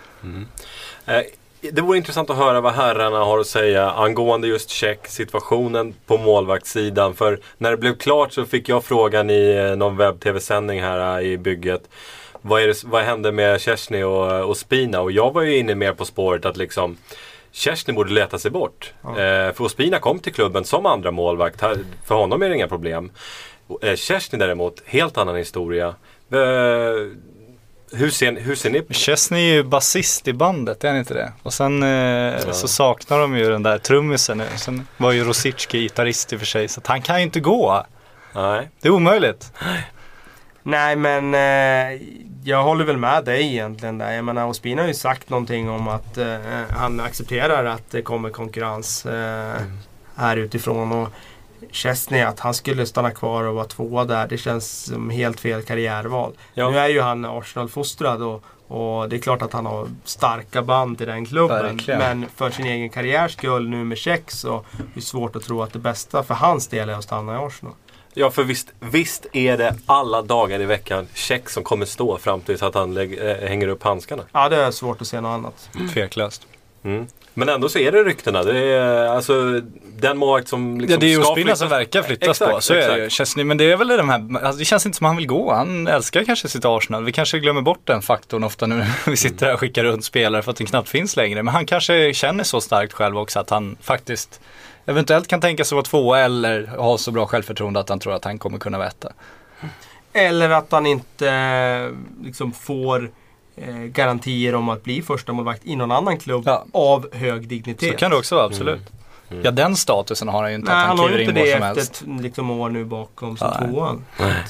Det vore intressant att höra vad herrarna har att säga angående just Cech-situationen på målvaktssidan. För när det blev klart så fick jag frågan i någon webb-tv-sändning här i bygget. Vad hände med Szczesny och Spina? Och jag var ju inne mer på spåret att liksom Szczesny borde leta sig bort. För Spina kom till klubben som andra målvakt. För honom är det inga problem. Szczesny däremot, helt annan historia. Hur ser ni på? Szczesny är ju basist i bandet, är han inte det? Och sen så saknar de ju den där trummisen nu. Sen var ju Rosicki gitarrist i och för sig, så att han kan ju inte gå. Nej. Det är omöjligt. Nej, men jag håller väl med dig egentligen där. Jag menar, Ospina har ju sagt någonting om att han accepterar att det kommer konkurrens här utifrån. Och Szczesny, att han skulle stanna kvar och vara tvåa där, det känns som helt fel karriärval. Ja. Nu är ju han Arsenal-fostrad och det är klart att han har starka band till den klubben. Verkligen. Men för sin egen karriärs skull nu med Cech så är det svårt att tro att det bästa för hans del är att stanna i Arsenal. Ja, för visst är det alla dagar i veckan Cech som kommer stå fram tills att han hänger upp handskarna. Ja, det är svårt att se något annat. Tveklöst. Men ändå så är det ryktena. Det är alltså den målvakt som liksom det är ju Ospina som verkar flyttas på. Så är det ju. Men det är väl de här, alltså det känns inte som han vill gå. Han älskar kanske sitt Arsenal. Vi kanske glömmer bort den faktorn ofta nu när vi sitter här och skickar runt spelare för att den knappt finns längre. Men han kanske känner så starkt själv också att han faktiskt eventuellt kan tänka sig vara tvåa eller ha så bra självförtroende att han tror att han kommer kunna veta. Eller att han inte liksom får garantier om att bli första målvakt i någon annan klubb av hög dignitet. Så kan det också vara, absolut. Ja, den statusen har han ju inte. Nej, att han kliver in var som helst. Han har inte det efter liksom år nu bakom som tvåan.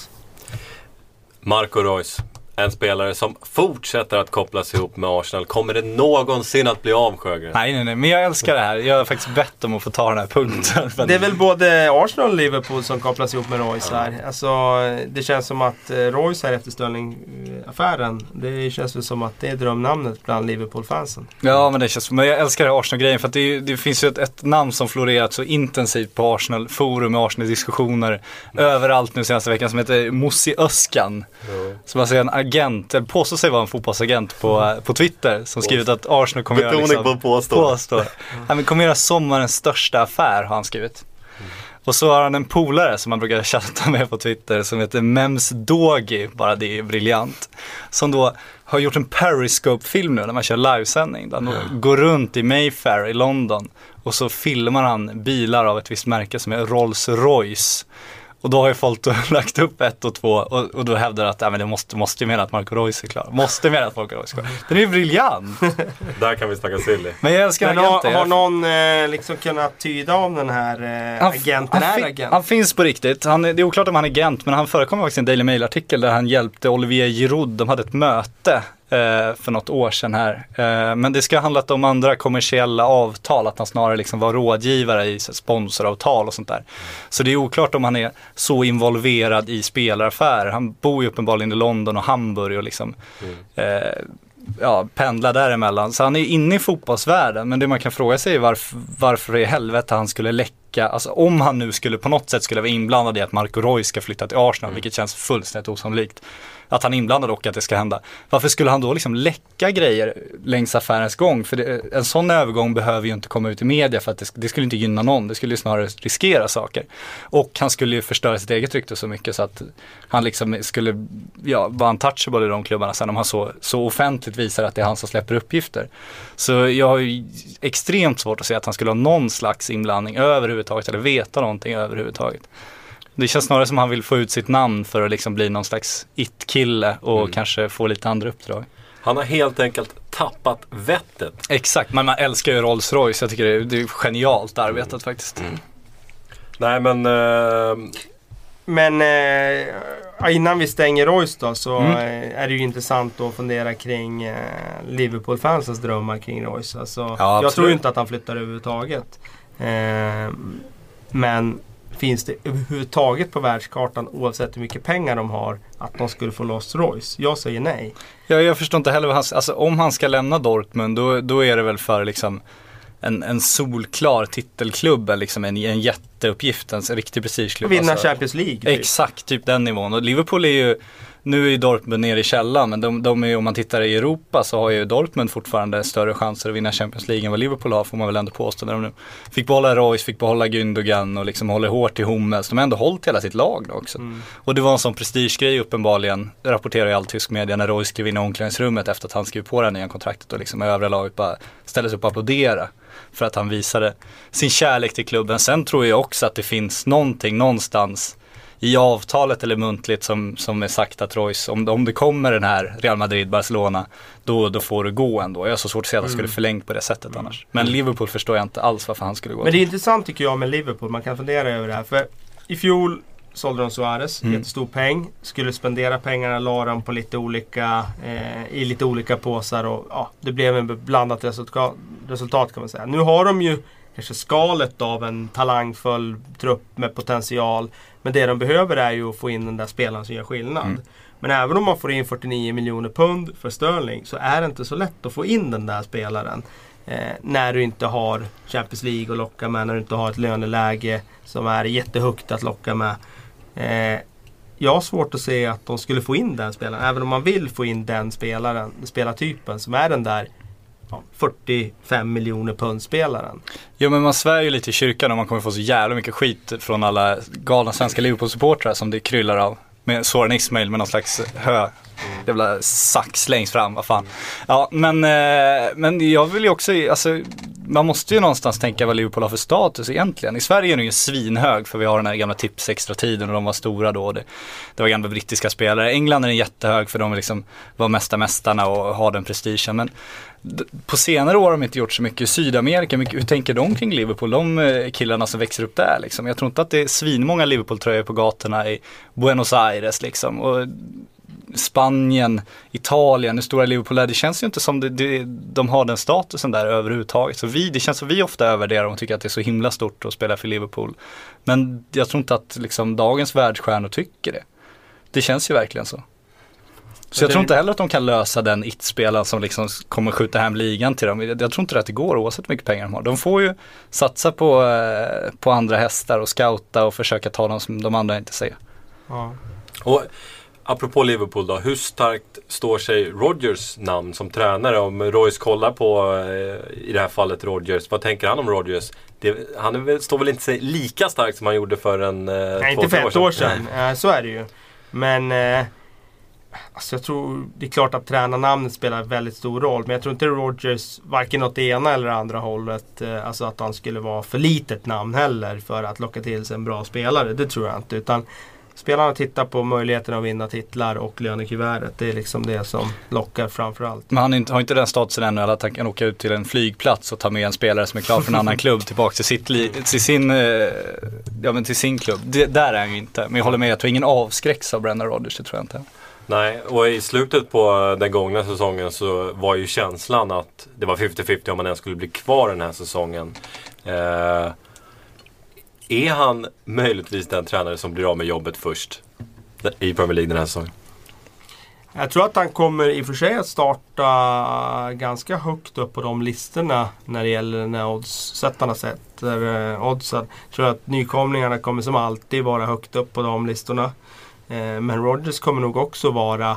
Marco Reus, en spelare som fortsätter att kopplas ihop med Arsenal. Kommer det någonsin att bli av, Sjögren? Nej, men jag älskar det här. Jag har faktiskt bett om att få ta den här punkten. Det är väl både Arsenal och Liverpool som kopplas ihop med Reus här. Alltså, det känns som att Reus här efter Sterling-affären, det känns väl som att det är drömnamnet bland Liverpool-fansen. Ja, men det känns, men jag älskar det Arsenal-grejen för att det finns ju ett namn som florerat så intensivt på Arsenal-forum och Arsenal-diskussioner överallt nu senaste veckan som heter Mossi Özcan. Som alltså är en agent, eller påstår sig vara en fotbollsagent på Twitter som skrivit att Arsenal kommer göra liksom, påstår. Han kommer göra sommarens största affär, har han skrivit. Och så har han en polare som man brukar chatta med på Twitter som heter Mems Dogi, bara det är briljant, som då har gjort en Periscope-film nu när man kör livesändning där han går runt i Mayfair i London och så filmar han bilar av ett visst märke som är Rolls-Royce. Och då har ju folk lagt upp 1 och 2 och då hävdar att men det måste ju mena att Marco Reus är klar. Måste mena att Marco Reus är klar. Den är ju briljant. Där kan vi snacka silly. Men jag älskar agenter. Har någon liksom kunnat tyda om den här agenten är agent? Han finns på riktigt. Det är oklart om han är agent, men han förekommer faktiskt i en Daily Mail-artikel där han hjälpte Olivier Giroud. De hade ett möte för något år sedan här. Men det ska ha handlat om andra kommersiella avtal, att han snarare liksom var rådgivare i sponsoravtal och sånt där. Så det är oklart om han är så involverad i spelaraffärer. Han bor ju uppenbarligen i London och Hamburg och liksom pendlar däremellan. Så han är inne i fotbollsvärlden, men det man kan fråga sig är varför i helvete han skulle läcka. Alltså om han nu skulle på något sätt skulle vara inblandad i att Marco Reus ska flytta till Arsenal, vilket känns fullständigt osannolikt. Att han är inblandad och att det ska hända. Varför skulle han då liksom läcka grejer längs affärens gång? För en sån övergång behöver ju inte komma ut i media, för att det skulle inte gynna någon. Det skulle ju snarare riskera saker. Och han skulle ju förstöra sitt eget rykte så mycket så att han liksom skulle vara untouchable i de klubbarna sen om han så offentligt visar att det är han som släpper uppgifter. Så jag har ju extremt svårt att se att han skulle ha någon slags inblandning överhuvudtaget eller veta någonting överhuvudtaget. Det känns snarare som han vill få ut sitt namn för att liksom bli någon slags it-kille och kanske få lite andra uppdrag. Han har helt enkelt tappat vettet. Exakt, men man älskar ju Rolls-Royce. Jag tycker det är genialt arbetat faktiskt. Nej, men innan vi stänger Royce då, så är det ju intressant att fundera kring Liverpool-fansens drömmar kring Royce. Alltså, jag tror inte att han flyttar överhuvudtaget. Men finns det överhuvudtaget på världskartan, oavsett hur mycket pengar de har, att de skulle få loss Royce? Jag säger nej. Jag förstår inte heller alltså, om han ska lämna Dortmund, då är det väl för liksom en solklar titelklubb, liksom en jätteuppgift, en riktig prestigeklubb. Vinna Champions League. Typ. Exakt, typ den nivån. Och Liverpool är ju, nu är Dortmund nere i källan, men de är, om man tittar i Europa så har ju Dortmund fortfarande större chanser att vinna Champions League än vad Liverpool har, får man väl ändå påstå, när de nu fick behålla Royce, fick behålla Gündogan och liksom håller hårt i Hummels. De har ändå hållit hela sitt lag då också. Och det var en sån prestigegrej uppenbarligen, rapporterar i all tysk media, när Royce skrev in i omklädningsrummet efter att han skrev på det nya kontraktet och liksom övriga laget bara ställde sig upp och applådera för att han visade sin kärlek till klubben. Sen tror jag också att det finns någonting någonstans i avtalet eller muntligt som är sagt att Royce, om det kommer den här Real Madrid, Barcelona, då får det gå ändå. Jag är så svårt att se att han skulle förlängt på det sättet annars. Men Liverpool förstår jag inte alls varför han skulle gå. Men det är intressant tycker jag med Liverpool, man kan fundera över det här. För i fjol sålde de Suarez, jättestor peng, skulle spendera pengarna, la dem på lite olika, i lite olika påsar och det blev en blandat resultat kan man säga. Nu har de ju kanske skalet av en talangfull trupp med potential, men det de behöver är ju att få in den där spelaren som gör skillnad. Men även om man får in 49 miljoner pund för Sterling, så är det inte så lätt att få in den där spelaren när du inte har Champions League att locka med, när du inte har ett löneläge som är jättehögt att locka med. Jag har svårt att se att de skulle få in den spelaren, även om man vill få in den spelartypen som är den där 45 miljoner pund-spelaren. Ja, men man svär ju lite i kyrkan och man kommer få så jävla mycket skit från alla galna svenska Liverpool-supportrar som det kryllar av. Med Soran Ismail med någon slags jävla sax längst fram, vad fan. Ja, men jag vill ju också, alltså, man måste ju någonstans tänka vad Liverpool har för status egentligen. I Sverige är det ju svinhög, för vi har den här gamla tips extra tiden och de var stora då. Det var gamla brittiska spelare. England är den jättehög för de liksom var mästarna och har den prestigen. Men på senare år har de inte gjort så mycket i Sydamerika. Hur tänker de kring Liverpool? De killarna som växer upp där liksom. Jag tror inte att det är svinmånga Liverpool-tröjor på gatorna i Buenos Aires liksom. Och Spanien, Italien, hur stora Liverpool är, det känns ju inte som de har den statusen där överhuvudtaget. Så det känns som vi ofta övervärderar och tycker att det är så himla stort att spela för Liverpool. Men jag tror inte att liksom dagens världsstjärnor tycker det. Det känns ju verkligen så. Så jag tror inte heller att de kan lösa den it-spelaren som liksom kommer skjuta hem ligan till dem. Jag tror inte att det går oavsett hur mycket pengar de har. De får ju satsa på andra hästar och scouta och försöka ta dem som de andra inte ser. Ja. Och apropå Liverpool då, hur starkt står sig Rodgers namn som tränare? Om Royce kollar på, i det här fallet Rodgers, vad tänker han om Rodgers? Han står väl inte lika starkt som han gjorde för en 2 inte för ett år sedan. Så är det ju. Men alltså jag tror, det är klart att tränarnamnet spelar väldigt stor roll, men jag tror inte Rodgers varken åt det ena eller andra hållet, alltså att han skulle vara för litet namn heller för att locka till sig en bra spelare, det tror jag inte, utan spelarna tittar på möjligheten att vinna titlar och lönekuvertet. Det är liksom det som lockar framförallt. Men han har inte den statusen ännu att han kan åka ut till en flygplats och ta med en spelare som är klar för en annan klubb tillbaka till sin klubb. Där är han ju inte. Men jag håller med, jag tror ingen avskräcks av Brendan Rodgers, det tror jag inte. Nej, och i slutet på den gångna säsongen så var ju känslan att det var 50-50 om man ens skulle bli kvar den här säsongen. Är han möjligtvis den tränare som blir av med jobbet först i Premier League den här säsongen? Jag tror att han kommer i och för sig att starta ganska högt upp på de listorna när det gäller när oddssättarna sätter oddsen. Jag tror att nykomlingarna kommer som alltid vara högt upp på de listorna. Men Rodgers kommer nog också vara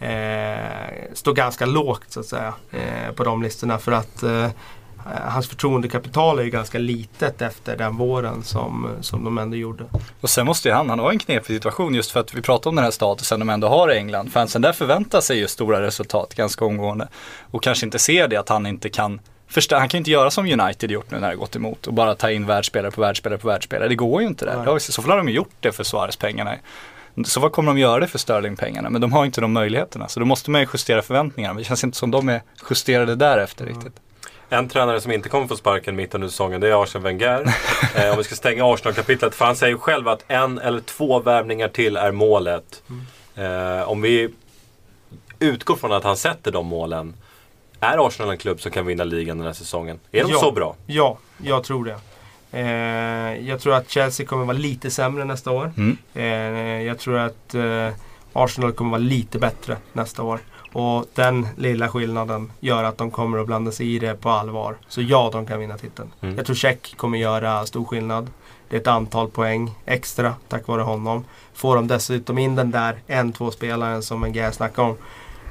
stå ganska lågt så att säga på de listorna för att hans förtroendekapital är ju ganska litet efter den våren som de ändå gjorde. Och sen måste ju han har en knepig situation just för att vi pratar om den här statusen de ändå har i England. Fansen där förväntar sig ju stora resultat ganska omgående och kanske inte ser det att han inte kan han kan ju inte göra som United gjort nu när det gått emot och bara ta in världsspelare på världsspelare. Det går ju inte där. Så har de ju gjort det för Suarez-pengarna. Så vad kommer de göra det för Sterling-pengarna? Men de har inte de möjligheterna. Så då måste man ju justera förväntningarna. Det känns inte som de är justerade därefter riktigt. En tränare som inte kommer få sparken mitt under säsongen, det är Arsene Wenger. Om vi ska stänga Arsenal-kapitlet, för han säger själv att 1 eller 2 värvningar till är målet. Om vi utgår från att han sätter de målen, är Arsenal en klubb som kan vinna ligan den här säsongen? Är de så bra? Ja, jag tror det. Jag tror att Chelsea kommer vara lite sämre nästa år. Jag tror att Arsenal kommer vara lite bättre nästa år. Och den lilla skillnaden gör att de kommer att blanda sig i det på allvar. Så ja, de kan vinna titeln. Jag tror Cech kommer göra stor skillnad. Det är ett antal poäng extra tack vare honom. Får de dessutom in den där 1-2 spelaren som Wenger snackar om.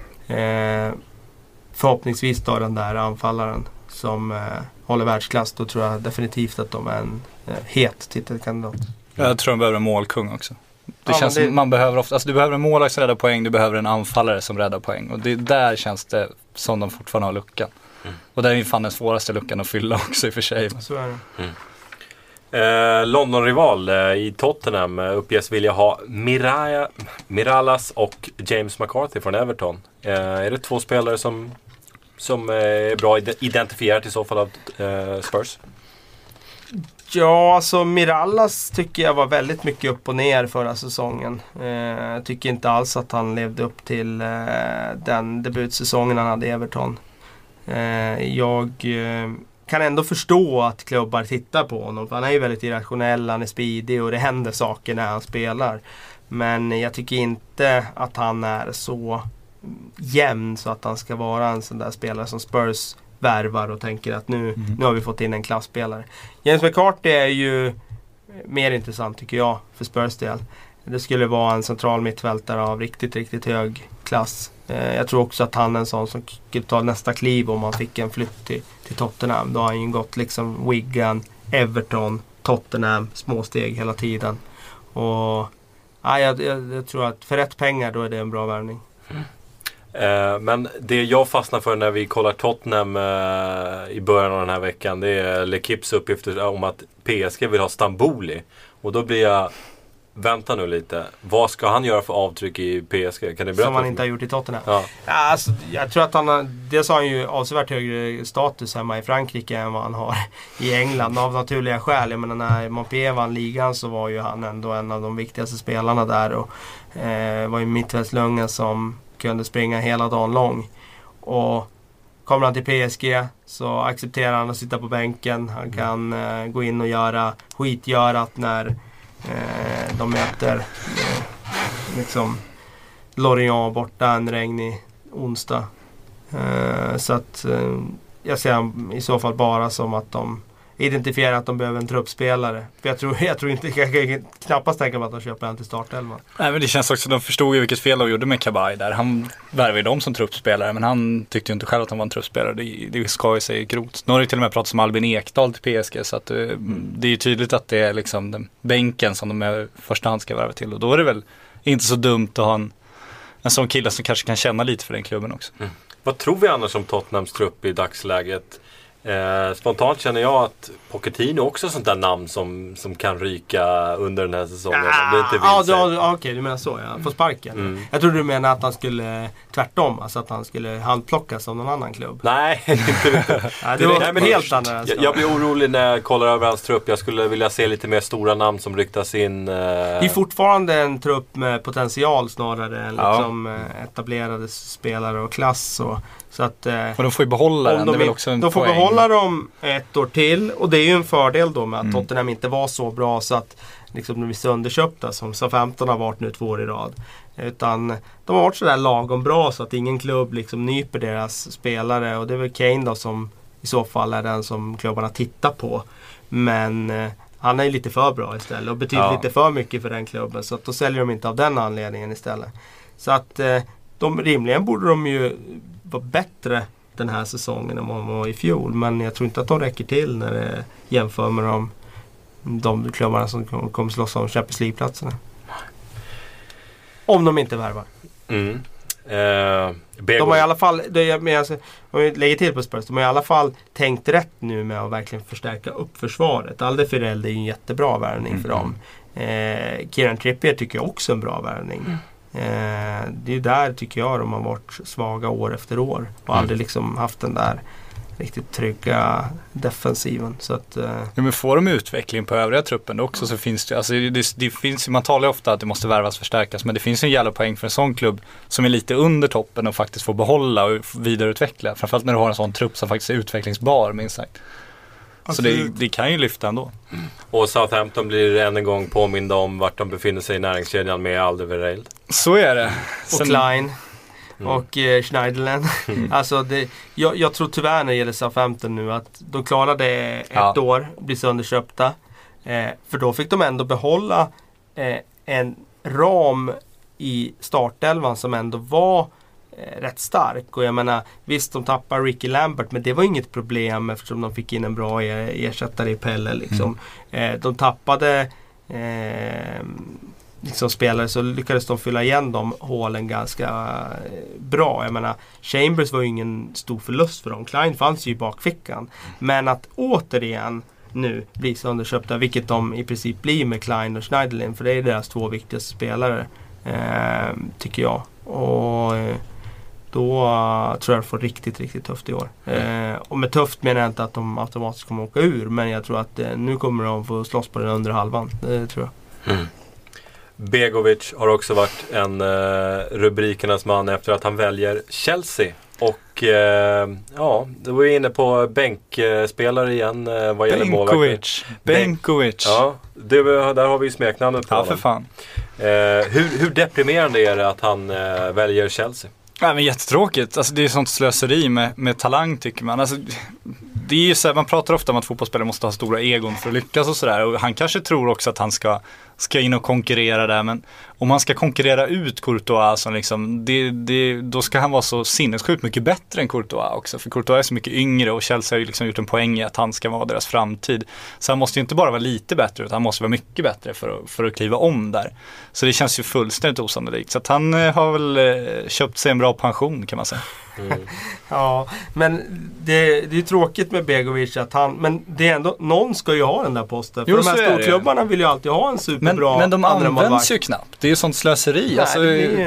Förhoppningsvis då den där anfallaren som håller världsklass. Då tror jag definitivt att de är en het titelkandidat. Jag tror de behöver en målkung också. Det känns som man behöver ofta, alltså du behöver en målvakt som räddar poäng, du behöver en anfallare som räddar poäng. Och det där känns det som de fortfarande har luckan. Och där är ju fan den svåraste luckan att fylla också i och för sig. Så är det. London-rival i Tottenham uppges vilja ha Mirallas och James McCarthy från Everton. Är det 2 spelare som är bra identifierat i så fall av Spurs? Ja, alltså Mirallas tycker jag var väldigt mycket upp och ner förra säsongen. Jag tycker inte alls att han levde upp till den debutsäsongen han hade i Everton. Jag kan ändå förstå att klubbar tittar på honom. För han är ju väldigt irrationell, han är speedig och det händer saker när han spelar. Men jag tycker inte att han är så jämn så att han ska vara en sån där spelare som Spurs värvar och tänker att nu har vi fått in en klassspelare. James McCarthy är ju mer intressant tycker jag för Spurs del. Det skulle vara en central mittfältare av riktigt, riktigt hög klass. Jag tror också att han är en sån som skulle ta nästa kliv om man fick en flytt till Tottenham. Då har han ju gått liksom Wigan, Everton, Tottenham, små steg hela tiden. Och jag tror att för rätt pengar då är det en bra värvning. Men det jag fastnar för när vi kollar Tottenham i början av den här veckan, det är L'Equipes uppgifter om att PSG vill ha Stambouli. Och då blir jag, vänta nu lite, vad ska han göra för avtryck i PSG? Kan ni berätta? Som han inte har gjort i Tottenham? Ja. Alltså, jag tror att dels har han ju avsevärt högre status hemma i Frankrike än vad han har i England av naturliga skäl. Jag menar, när Montpellier vann ligan så var ju han ändå en av de viktigaste spelarna där och var ju mittfältslunga som kunde springa hela dagen lång. Och kommer han till PSG så accepterar han att sitta på bänken. Han kan gå in och göra skitgörat när de möter liksom Lorient borta en regnig onsdag. Så att jag ser han i så fall bara som att de identifierar att de behöver en truppspelare. För jag tror inte, jag kan knappast tänka mig att de köper en till startelvan. Nej, men det känns också, de förstod ju vilket fel de gjorde med Kabay där. Han värvade ju dem som truppspelare, men han tyckte ju inte själv att han var en truppspelare. Det ska ju sig grovt. Nu har det till och med pratat om Albin Ekdal till PSG, så att det är ju tydligt att det är liksom den bänken som de i första hand ska värva till. Och då är det väl inte så dumt att ha en sån kille som kanske kan känna lite för den klubben också. Vad tror vi annars om Tottenhams trupp i dagsläget? Spontant känner jag att Pochettino också är sånt där namn som kan ryka under den här säsongen. Om det inte vill sig. Okej, du menar så, ja. Få sparken. Jag trodde du menade att han skulle tvärtom, alltså att han skulle handplockas av någon annan klubb. Nej, inte. Det var helt andra. Jag blir orolig när jag kollar över hans trupp. Jag skulle vilja se lite mer stora namn som ryktas in. Det är fortfarande en trupp med potential snarare än liksom etablerade spelare och klass. Så att, och de får ju behålla den, det är väl också en de får poäng. behålla dem ett år till, och det är ju en fördel då med att Tottenham inte var så bra så att liksom, de blir sönderköpta som Southampton har varit nu 2 år i rad. Utan de har varit sådär lagom bra så att ingen klubb liksom nyper deras spelare, och det är väl Kane då som i så fall är den som klubbarna tittar på. Men han är ju lite för bra istället och betyder lite för mycket för den klubben, så att då säljer de inte av den anledningen istället. Så att rimligen borde de ju vara bättre den här säsongen än de var i fjol, men jag tror inte att de räcker till när det jämför med de klubbarna som kommer slåss om Champions League-platserna. Om de inte värvar. De har i alla fall, om vi lägger till på Spurs, de har i alla fall tänkt rätt nu med att verkligen förstärka upp försvaret. Alderweireld är ju en jättebra värvning för dem. Kieran Trippier tycker jag också är en bra värvning. Det är där tycker jag de har varit svaga år efter år och aldrig liksom haft den där riktigt trygga defensiven. Så att, ja, men får de utveckling på övriga truppen också, så finns det, alltså det finns, man talar ju ofta att det måste värvas förstärkas, men det finns en jävla poäng för en sån klubb som är lite under toppen och faktiskt får behålla och vidareutveckla, framförallt när du har en sån trupp som faktiskt är utvecklingsbar, minst sagt. Så det kan ju lyfta ändå. Och Southampton blir än en gång påminda om vart de befinner sig i näringskedjan med Alderweireld. Så är det. Och Klein och Schneiderlin. Alltså jag tror tyvärr när det gäller Southampton nu att de klarade ett år, bli sönderköpta. För då fick de ändå behålla en ram i startelvan som ändå var rätt stark. Och jag menar, visst de tappar Ricky Lambert, men det var inget problem eftersom de fick in en bra ersättare i Pelle liksom. De tappade liksom spelare, så lyckades de fylla igen de hålen ganska bra. Jag menar, Chambers var ju ingen stor förlust för dem. Klein fanns ju i bakfickan. Men att återigen nu bli sönderköpta, vilket de i princip blir med Klein och Schneiderlin, för det är deras 2 viktigaste spelare, tycker jag. Och då tror jag de får riktigt, riktigt tufft i år. Och med tufft menar jag inte att de automatiskt kommer åka ur, men jag tror att nu kommer de få slåss på den under halvan. Det tror jag. Begovic har också varit en rubrikernas man efter att han väljer Chelsea. Och då var vi inne på bänkspelare igen vad gäller målvakt. Benkovic. Ja, där har vi ju smeknamnet på honom. För fan. Hur deprimerande är det att han väljer Chelsea? Ja, men jättetråkigt. Alltså, det är sånt slöseri med talang, tycker man. Alltså, det är ju så här, man pratar ofta om att fotbollsspelare måste ha stora egon för att lyckas och sådär. Och han kanske tror också att han ska in och konkurrera där. Men om han ska konkurrera ut Courtois, alltså liksom, då ska han vara så sinnessjukt mycket bättre än Courtois också. För Courtois är så mycket yngre och Chelsea har ju liksom gjort en poäng i att han ska vara deras framtid. Så han måste ju inte bara vara lite bättre, utan han måste vara mycket bättre för att kliva om där. Så det känns ju fullständigt osannolikt. Så att han har väl köpt sig en bra pension, kan man säga. Ja, men det är ju tråkigt med Begovic att men det är ändå, någon ska ju ha den där posten. För de här storklubbarna vill ju alltid ha en superbra. Men de används ju knappt. Det är ju sånt slöseri. Nej, alltså,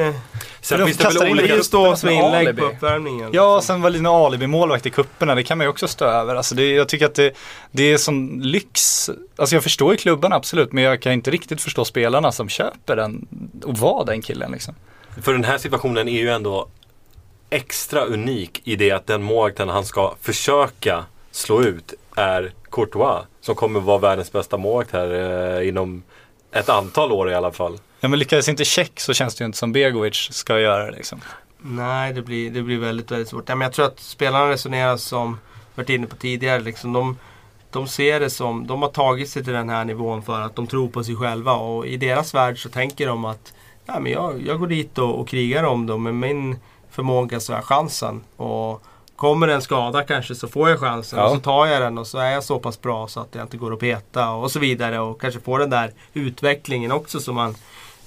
sen finns det väl olika stå som inlägg på uppvärmningen. Ja, sen var det en alibi-målvakt i kupperna. Det kan man ju också stå över. Alltså jag tycker att det är sån lyx. Alltså jag förstår ju klubbarna absolut, men jag kan inte riktigt förstå spelarna som köper den och var den killen liksom. För den här situationen är ju ändå extra unik i det att den målvakten han ska försöka slå ut är Courtois, som kommer vara världens bästa målvakt här inom ett antal år i alla fall. Ja, men lyckades inte check så känns det ju inte som Begovic ska göra liksom. Nej, det blir väldigt, väldigt svårt. Ja, men jag tror att spelarna resonerar som varit inne på tidigare liksom, de ser det som, de har tagit sig till den här nivån för att de tror på sig själva, och i deras värld så tänker de att ja, men jag går dit och krigar om dem med min förmåga, så är chansen, och kommer en skada kanske så får jag chansen, och så tar jag den och så är jag så pass bra så att jag inte går att peta och så vidare, och kanske får den där utvecklingen också som man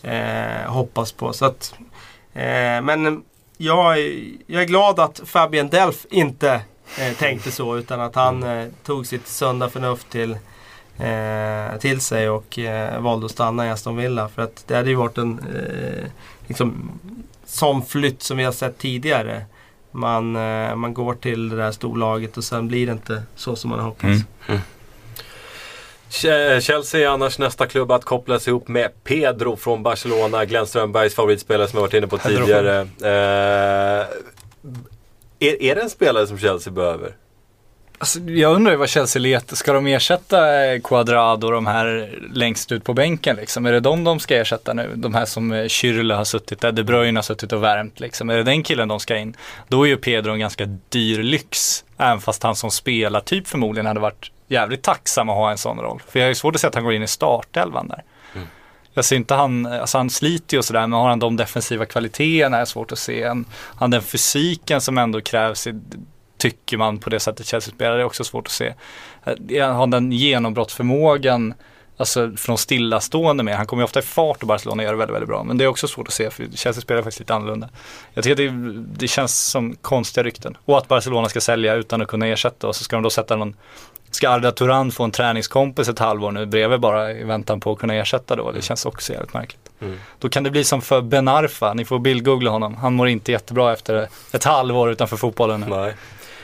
hoppas på. Så att, men jag är glad att Fabian Delph inte tänkte så, utan att han tog sitt sunda förnuft till sig och valde att stanna i Aston Villa. För att det hade ju varit en liksom, som flytt som vi har sett tidigare. Man går till det där storlaget och sen blir det inte så som man har hoppats. Chelsea är annars nästa klubb att kopplas ihop med Pedro från Barcelona, Glenn Strömbergs favoritspelare som jag varit inne på tidigare. Är det en spelare som Chelsea behöver? Alltså, jag undrar ju vad Chelsea letar. Ska de ersätta Cuadrado och de här längst ut på bänken liksom? Är det de ska ersätta nu? De här som Schürrle har suttit där, De Bruyne har suttit och värmt liksom. Är det den killen de ska in? Då är ju Pedro en ganska dyr lyx. Även fast han som spelar typ förmodligen hade varit jävligt tacksam att ha en sån roll. För jag är ju svårt att se att han går in i startelvan där. Jag ser inte han sliter ju och sådär, men har han de defensiva kvaliteterna är svårt att se. Han den fysiken som ändå krävs tycker man på det sättet Chelsea spelar, det är också svårt att se. Han den genombrottsförmågan alltså från stillastående med. Han kommer ju ofta i fart och Barcelona gör det väldigt, väldigt bra. Men det är också svårt att se för Chelsea spelar faktiskt lite annorlunda. Jag tycker det känns som konstiga rykten. Och att Barcelona ska sälja utan att kunna ersätta och så ska de då sätta ska Arda Turan få en träningskompis ett halvår nu bredvid bara i väntan på att kunna ersätta då. Det känns också jävligt märkligt. Då kan det bli som för Ben Arfa. Ni får bildgoogla honom. Han mår inte jättebra efter ett halvår utanför fotbollen nu. Nej.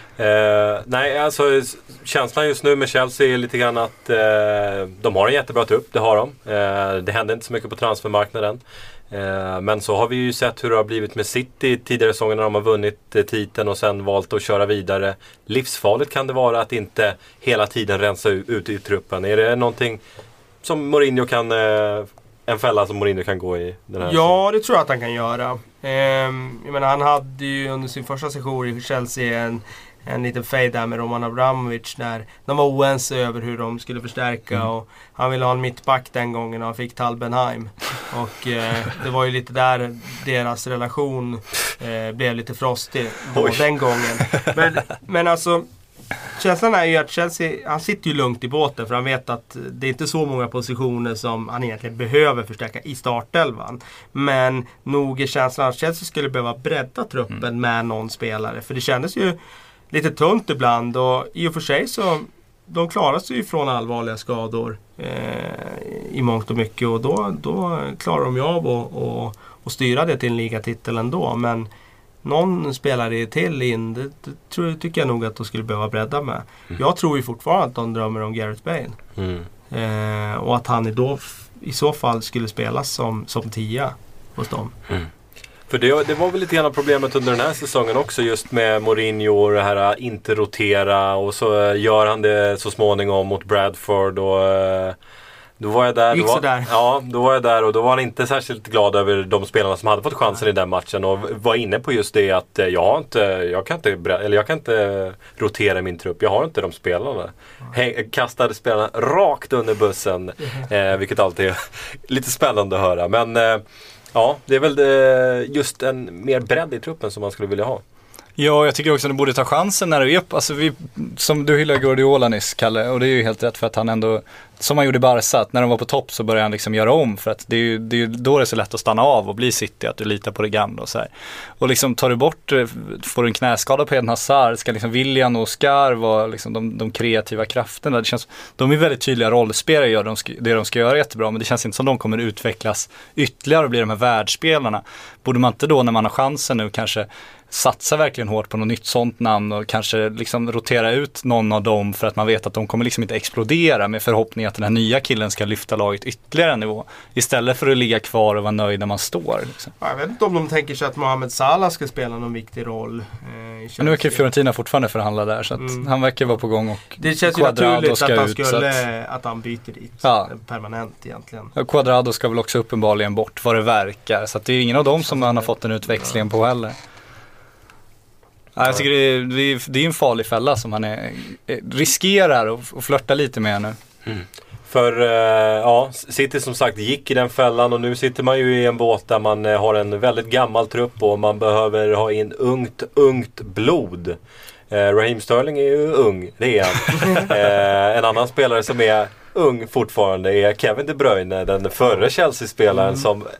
Nej, alltså känslan just nu med Chelsea är lite grann att de har en jättebra trupp, det har de. Det händer inte så mycket på transfermarknaden. Men så har vi ju sett hur det har blivit med City tidigare säsonger när de har vunnit titeln och sen valt att köra vidare. Livsfarligt kan det vara att inte hela tiden rensa ut i truppen. Är det någonting som Mourinho kan, en fälla som Mourinho kan gå i den här? Ja, det tror jag att han kan göra. Jag menar, han hade ju under sin första session i Chelsea en liten fade där med Roman Abramovich när de var oense över hur de skulle förstärka och han ville ha en mittback den gången och han fick Talbenheim och det var ju lite där deras relation blev lite frostig den gången. Men alltså känslan är ju att Chelsea, han sitter ju lugnt i båten för han vet att det är inte så många positioner som han egentligen behöver förstärka i startelvan. Men nog är känslan att Chelsea skulle behöva bredda truppen med någon spelare. För det kändes ju lite tunt ibland och i och för sig så de klarar sig ju från allvarliga skador i mångt och mycket och då klarar de ju av att styra det till en ligatitel ändå. Men någon spelare till in, det tycker jag nog att de skulle behöva bredda med. Jag tror ju fortfarande att de drömmer om Gareth Bale. Och att han då i så fall skulle spelas som 10 hos dem. För det var väl lite grann problemet under den här säsongen också just med Mourinho och det här inte rotera och så gör han det så småningom mot Bradford och då var jag där. Då var jag där och då var han inte särskilt glad över de spelarna som hade fått chansen i den matchen och var inne på just det att jag kan inte rotera min trupp. Jag har inte de spelarna. Kastade spelarna rakt under bussen vilket alltid är lite spännande att höra. Men ja, det är väl just en mer bredd i truppen som man skulle vilja ha. Ja, jag tycker också att du borde ta chansen när du är upp. Alltså som du hyllar Guardiola nyss, Kalle, och det är ju helt rätt för att han ändå, som han gjorde i Barca, att när de var på topp så började han liksom göra om för att det är ju då det är så lätt att stanna av och bli City, att du litar på det gamla och så här. Och liksom tar du bort, får du en knäskada på Eden Hazard, ska liksom Willian och Oscar vara liksom de kreativa krafterna. Det känns, de är väldigt tydliga rollspelare, gör det de ska göra jättebra, men det känns inte som de kommer utvecklas ytterligare och bli de här världsspelarna. Borde man inte då när man har chansen nu kanske satsa verkligen hårt på något nytt sånt namn och kanske liksom rotera ut någon av dem för att man vet att de kommer liksom inte explodera med förhoppning att den här nya killen ska lyfta laget ytterligare en nivå istället för att ligga kvar och vara nöjd när man står. Liksom. Jag vet inte om de tänker sig att Mohamed Salah ska spela någon viktig roll. Men nu verkar Fiorentina fortfarande förhandla där så att han verkar vara på gång och det känns ju naturligt att han byter dit permanent egentligen. Cuadrado ska väl också uppenbarligen bort vad det verkar så att det är ingen av dem som han har fått en utväxling på heller. Jag tycker det är en farlig fälla som han riskerar att flirta lite med nu. För City som sagt gick i den fällan och nu sitter man ju i en båt där man har en väldigt gammal trupp och man behöver ha in ungt blod. Raheem Sterling är ju ung, det är han. En annan spelare som är ung fortfarande är Kevin De Bruyne, den förra Chelsea-spelaren som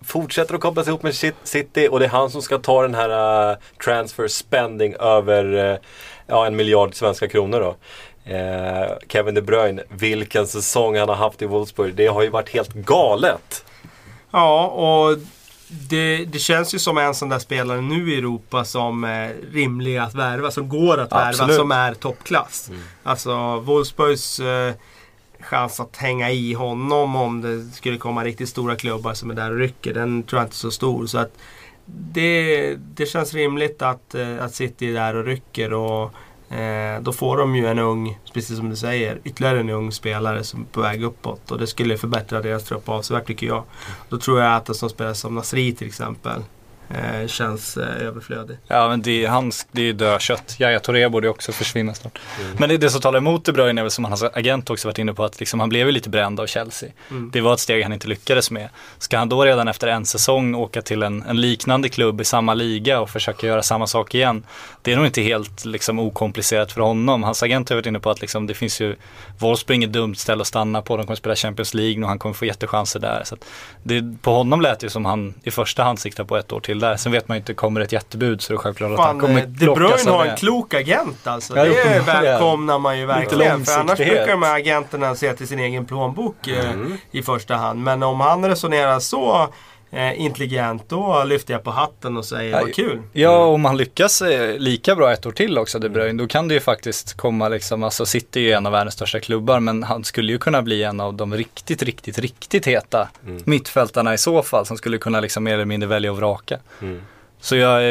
fortsätter att kopplas ihop med City och det är han som ska ta den här transfer spending över 1 miljard svenska kronor då. Kevin De Bruyne, vilken säsong han har haft i Wolfsburg. Det har ju varit helt galet. Ja, och det känns ju som en sån där spelare nu i Europa som är rimlig att värva, som går att värva, Absolut. som är toppklass. Alltså Wolfsburgs chans att hänga i honom om det skulle komma riktigt stora klubbar som är där och rycker, den tror jag inte är så stor. Så att det känns rimligt att City är där och rycker, och då får de ju en ung, precis som du säger, ytterligare en ung spelare som är på väg uppåt, och det skulle förbättra deras trupp avsevärt tycker jag. Då tror jag att det som spelar som Nasri till exempel känns överflödig. Ja, men det är ju dödkött. Yaya Touré borde också försvinna snart. Men det som talar emot De Bruyne är väl, som hans agent också varit inne på, att liksom han blev ju lite bränd av Chelsea. Det var ett steg han inte lyckades med. Ska han då redan efter en säsong åka till en liknande klubb i samma liga och försöka göra samma sak igen? Det är nog inte helt liksom okomplicerat för honom. Hans agent har varit inne på att liksom, det finns ju, Wolfsburg är ett dumt ställe att stanna på. De kommer spela Champions League och han kommer få jättechanser där. Så att på honom lät det som han i första hand siktar på ett år till där. Sen vet man ju inte, kommer ett jättebud så är det självklart att han kommer De Bruyne har en klok agent alltså. Ja, det välkomnar man ju verkligen. För annars långsiktighet. brukar de här agenterna se till sin egen plånbok i första hand. Men om han resonerar så intelligent, då lyfter jag på hatten och säger vad kul. Ja, om han lyckas lika bra ett år till också, De Bruyne, då kan det ju faktiskt komma liksom, alltså City är ju en av världens största klubbar, men han skulle ju kunna bli en av de riktigt heta mittfältarna i så fall, som skulle kunna liksom mer eller mindre välja och vraka. Så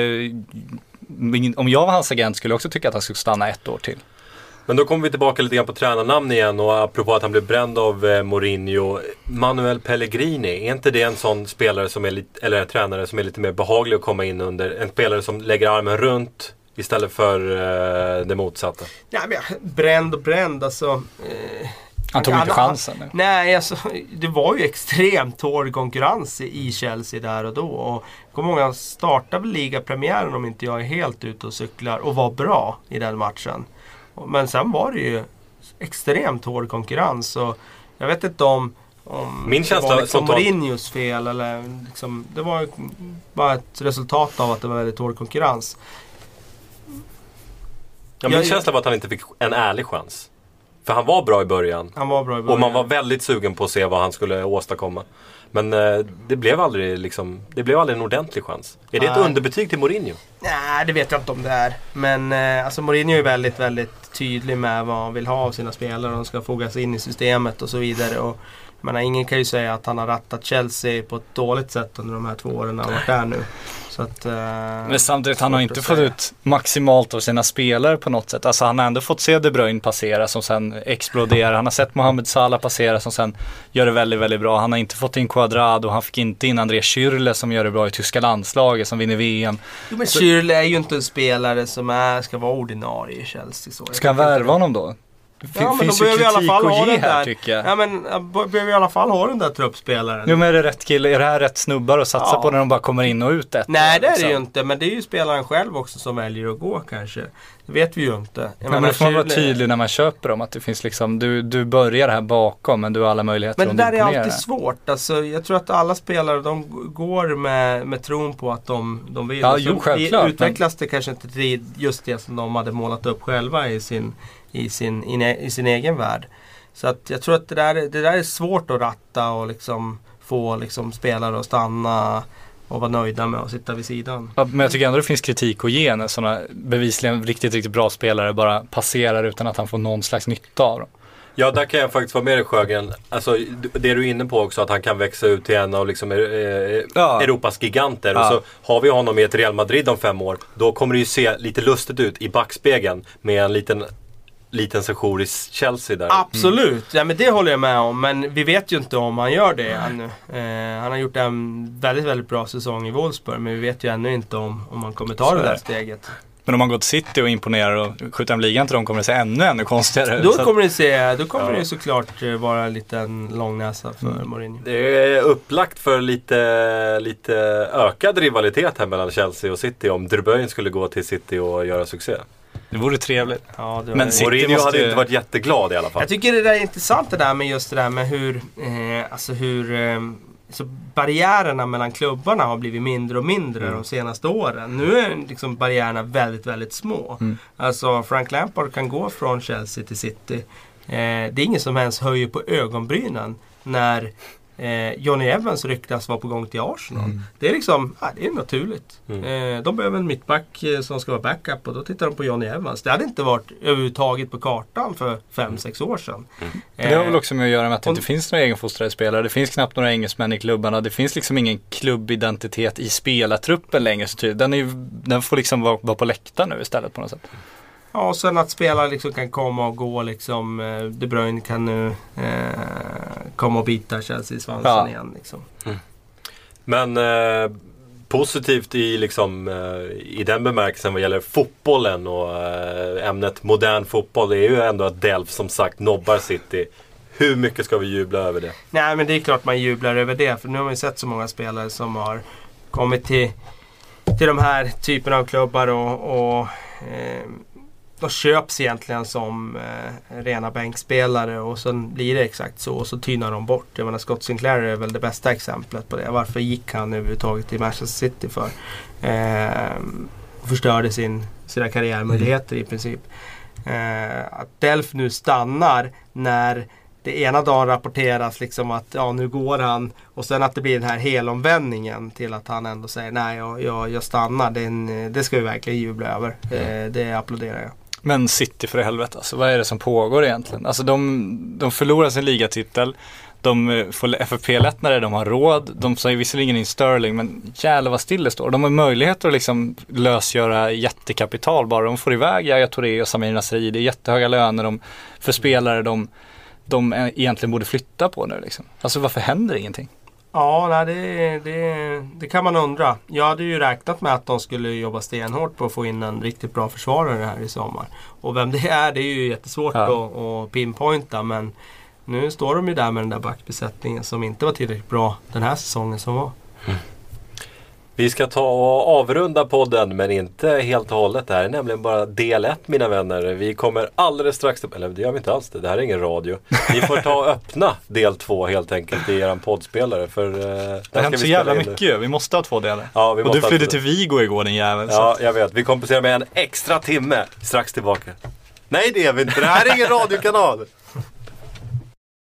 om jag var hans agent skulle jag också tycka att han skulle stanna ett år till. Men då kommer vi tillbaka lite grann på tränarnamn igen, och apropå att han blev bränd av Mourinho, Manuel Pellegrini, är inte det en sån spelare som är lite, eller en tränare som är lite mer behaglig att komma in under, en spelare som lägger armen runt istället för det motsatta? Ja, men bränd alltså. Han tog inte chansen. Nej, alltså, det var ju extremt hård konkurrens i Chelsea där och då. Och kommer ihåg, han startade väl ligapremiären, om inte jag är helt ute och cyklar, och var bra i den matchen. Men sen var det ju extremt hård konkurrens, och jag vet inte om min det känsla var liksom totalt Mourinhos fel, eller liksom, det var ju bara ett resultat av att det var väldigt hård konkurrens. Ja, min känsla var att han inte fick en ärlig chans. För han var bra i början. Och man var väldigt sugen på att se vad han skulle åstadkomma. Men det blev aldrig en ordentlig chans. Är det ett underbetyg till Mourinho? Nej, det vet jag inte om det är. Men alltså Mourinho är väldigt, väldigt tydlig med vad han vill ha av sina spelare. De ska fogas in i systemet och så vidare. Och ingen kan ju säga att han har rattat Chelsea på ett dåligt sätt under de här 2 åren han har varit där nu. Så att, men samtidigt, han har inte fått ut maximalt av sina spelare på något sätt. Alltså han har ändå fått se De Bruyne passera som sen exploderar. Han har sett Mohamed Salah passera som sen gör det väldigt, väldigt bra. Han har inte fått in Cuadrado, han fick inte in André Schürrle som gör det bra i tyska landslaget, som vinner VM. Jo, men Schürrle är ju inte en spelare som ska vara ordinarie i Chelsea. Så. Ska han värva honom då? Ja, finns ju kritik att ge här, tycker jag. Ja, men behöver i alla fall ha den där truppspelaren. Jo, men är det rätt kille? Är det här rätt snubbar att satsa på när de bara kommer in och ut ett? Nej, det är det ju inte. Men det är ju spelaren själv också som väljer att gå kanske. Det vet vi ju inte. Men då får man vara tydlig när man köper dem. Att det finns liksom, du börjar här bakom, men du har alla möjligheter att imponera. Men det där är alltid det. Svårt. Alltså, jag tror att alla spelare, de går med tron på att de vill. Ja, jo, självklart. Utvecklas det kanske inte till just det som de hade målat upp själva i sin egen värld. Så att jag tror att det där är svårt att ratta och liksom få liksom spelare att stanna och vara nöjda med att sitta vid sidan. Ja, men jag tycker ändå det finns kritik att ge när sådana bevisligen riktigt bra spelare bara passerar utan att han får någon slags nytta av dem. Ja, där kan jag faktiskt vara med i Sjögren. Alltså, det är du inne på också, att han kan växa ut till en av liksom, Europas giganter. Ja. Och så har vi honom i ett Real Madrid om 5 år. Då kommer det ju se lite lustigt ut i backspegeln med en liten sejour i Chelsea där. Absolut, ja, men det håller jag med om. Men vi vet ju inte om han gör det ännu. Han har gjort en väldigt, väldigt bra säsong i Wolfsburg, men vi vet ju ännu inte om han kommer ta det där steget. Men om man går till City och imponerar och skjuter en ligan till dem, kommer det se ännu konstigare. Då kommer det såklart vara en liten långnäsa för Mourinho. Det är upplagt för lite ökad rivalitet här mellan Chelsea och City om De Bruyne skulle gå till City och göra succé. Det vore trevligt. Ja, men Mourinho hade inte varit jätteglad i alla fall. Jag tycker det där är intressant, det där med just det där med hur så barriärerna mellan klubbarna har blivit mindre och mindre de senaste åren. Nu är liksom barriärerna väldigt, väldigt små. Alltså Frank Lampard kan gå från Chelsea till City. Det är ingen som ens höjer på ögonbrynen när Johnny Evans ryktas vara på gång till Arsenal. Det är liksom, det är naturligt. De behöver en mittback som ska vara backup och då tittar de på Johnny Evans. Det hade inte varit överhuvudtaget på kartan för 5-6 år sedan. Det har väl också med att göra med att det inte finns några egenfostrade spelare. Det finns knappt några engelsmän i klubbarna. Det finns liksom ingen klubbidentitet i spelartruppen längre. Så den får liksom vara på läktaren nu istället på något sätt. Ja, och sen att spelare liksom kan komma och gå liksom. De Bruyne kan nu komma och bita Chelsea i svansen igen liksom. Men positivt i den bemärkelsen vad gäller fotbollen och ämnet modern fotboll är ju ändå att Delph som sagt nobbar City. Hur mycket ska vi jubla över det? Nej, men det är klart man jublar över det, för nu har vi sett så många spelare som har kommit till de här typerna av klubbar och de köps egentligen som rena bänkspelare och sen blir det exakt så och så tynar de bort. Jag menar, Scott Sinclair är väl det bästa exemplet på det. Varför gick han överhuvudtaget till Manchester City för? Och förstörde sina karriärmöjligheter i princip. Att Delph nu stannar när det ena dagen rapporteras liksom att nu går han och sen att det blir den här helomvändningen till att han ändå säger nej, jag stannar. Det ska vi verkligen jubla över. Det applåderar jag. Men City för helvete, alltså, vad är det som pågår egentligen? Alltså de förlorar sin ligatitel, de får FFP-lättnader, de har råd, de säger visserligen in Sterling, men jävlar vad still det står. De har möjligheter att liksom lösgöra jättekapital bara. De får iväg Yaya Touré och Samir Nasri, det är jättehöga löner för spelare de egentligen borde flytta på nu liksom. Alltså varför händer ingenting? Ja, det kan man undra. Jag hade ju räknat med att de skulle jobba stenhårt på att få in en riktigt bra försvarare här i sommar. Och vem det är ju jättesvårt att pinpointa, men nu står de ju där med den där backbesättningen som inte var tillräckligt bra den här säsongen som var. Vi ska ta och avrunda podden, men inte helt och hållet. Det här är nämligen bara del 1, mina vänner. Vi kommer alldeles strax, eller det gör vi inte alls det här är ingen radio. Vi får ta och öppna del 2 helt enkelt i eran poddspelare. För det har hänt så jävla mycket, vi måste ha 2 delar. Ja, vi måste och du flydde till Vigo igår, din jävel. Ja, jag vet. Vi kompenserar med en extra timme strax tillbaka. Nej, det är vi inte. Det här är ingen radiokanal.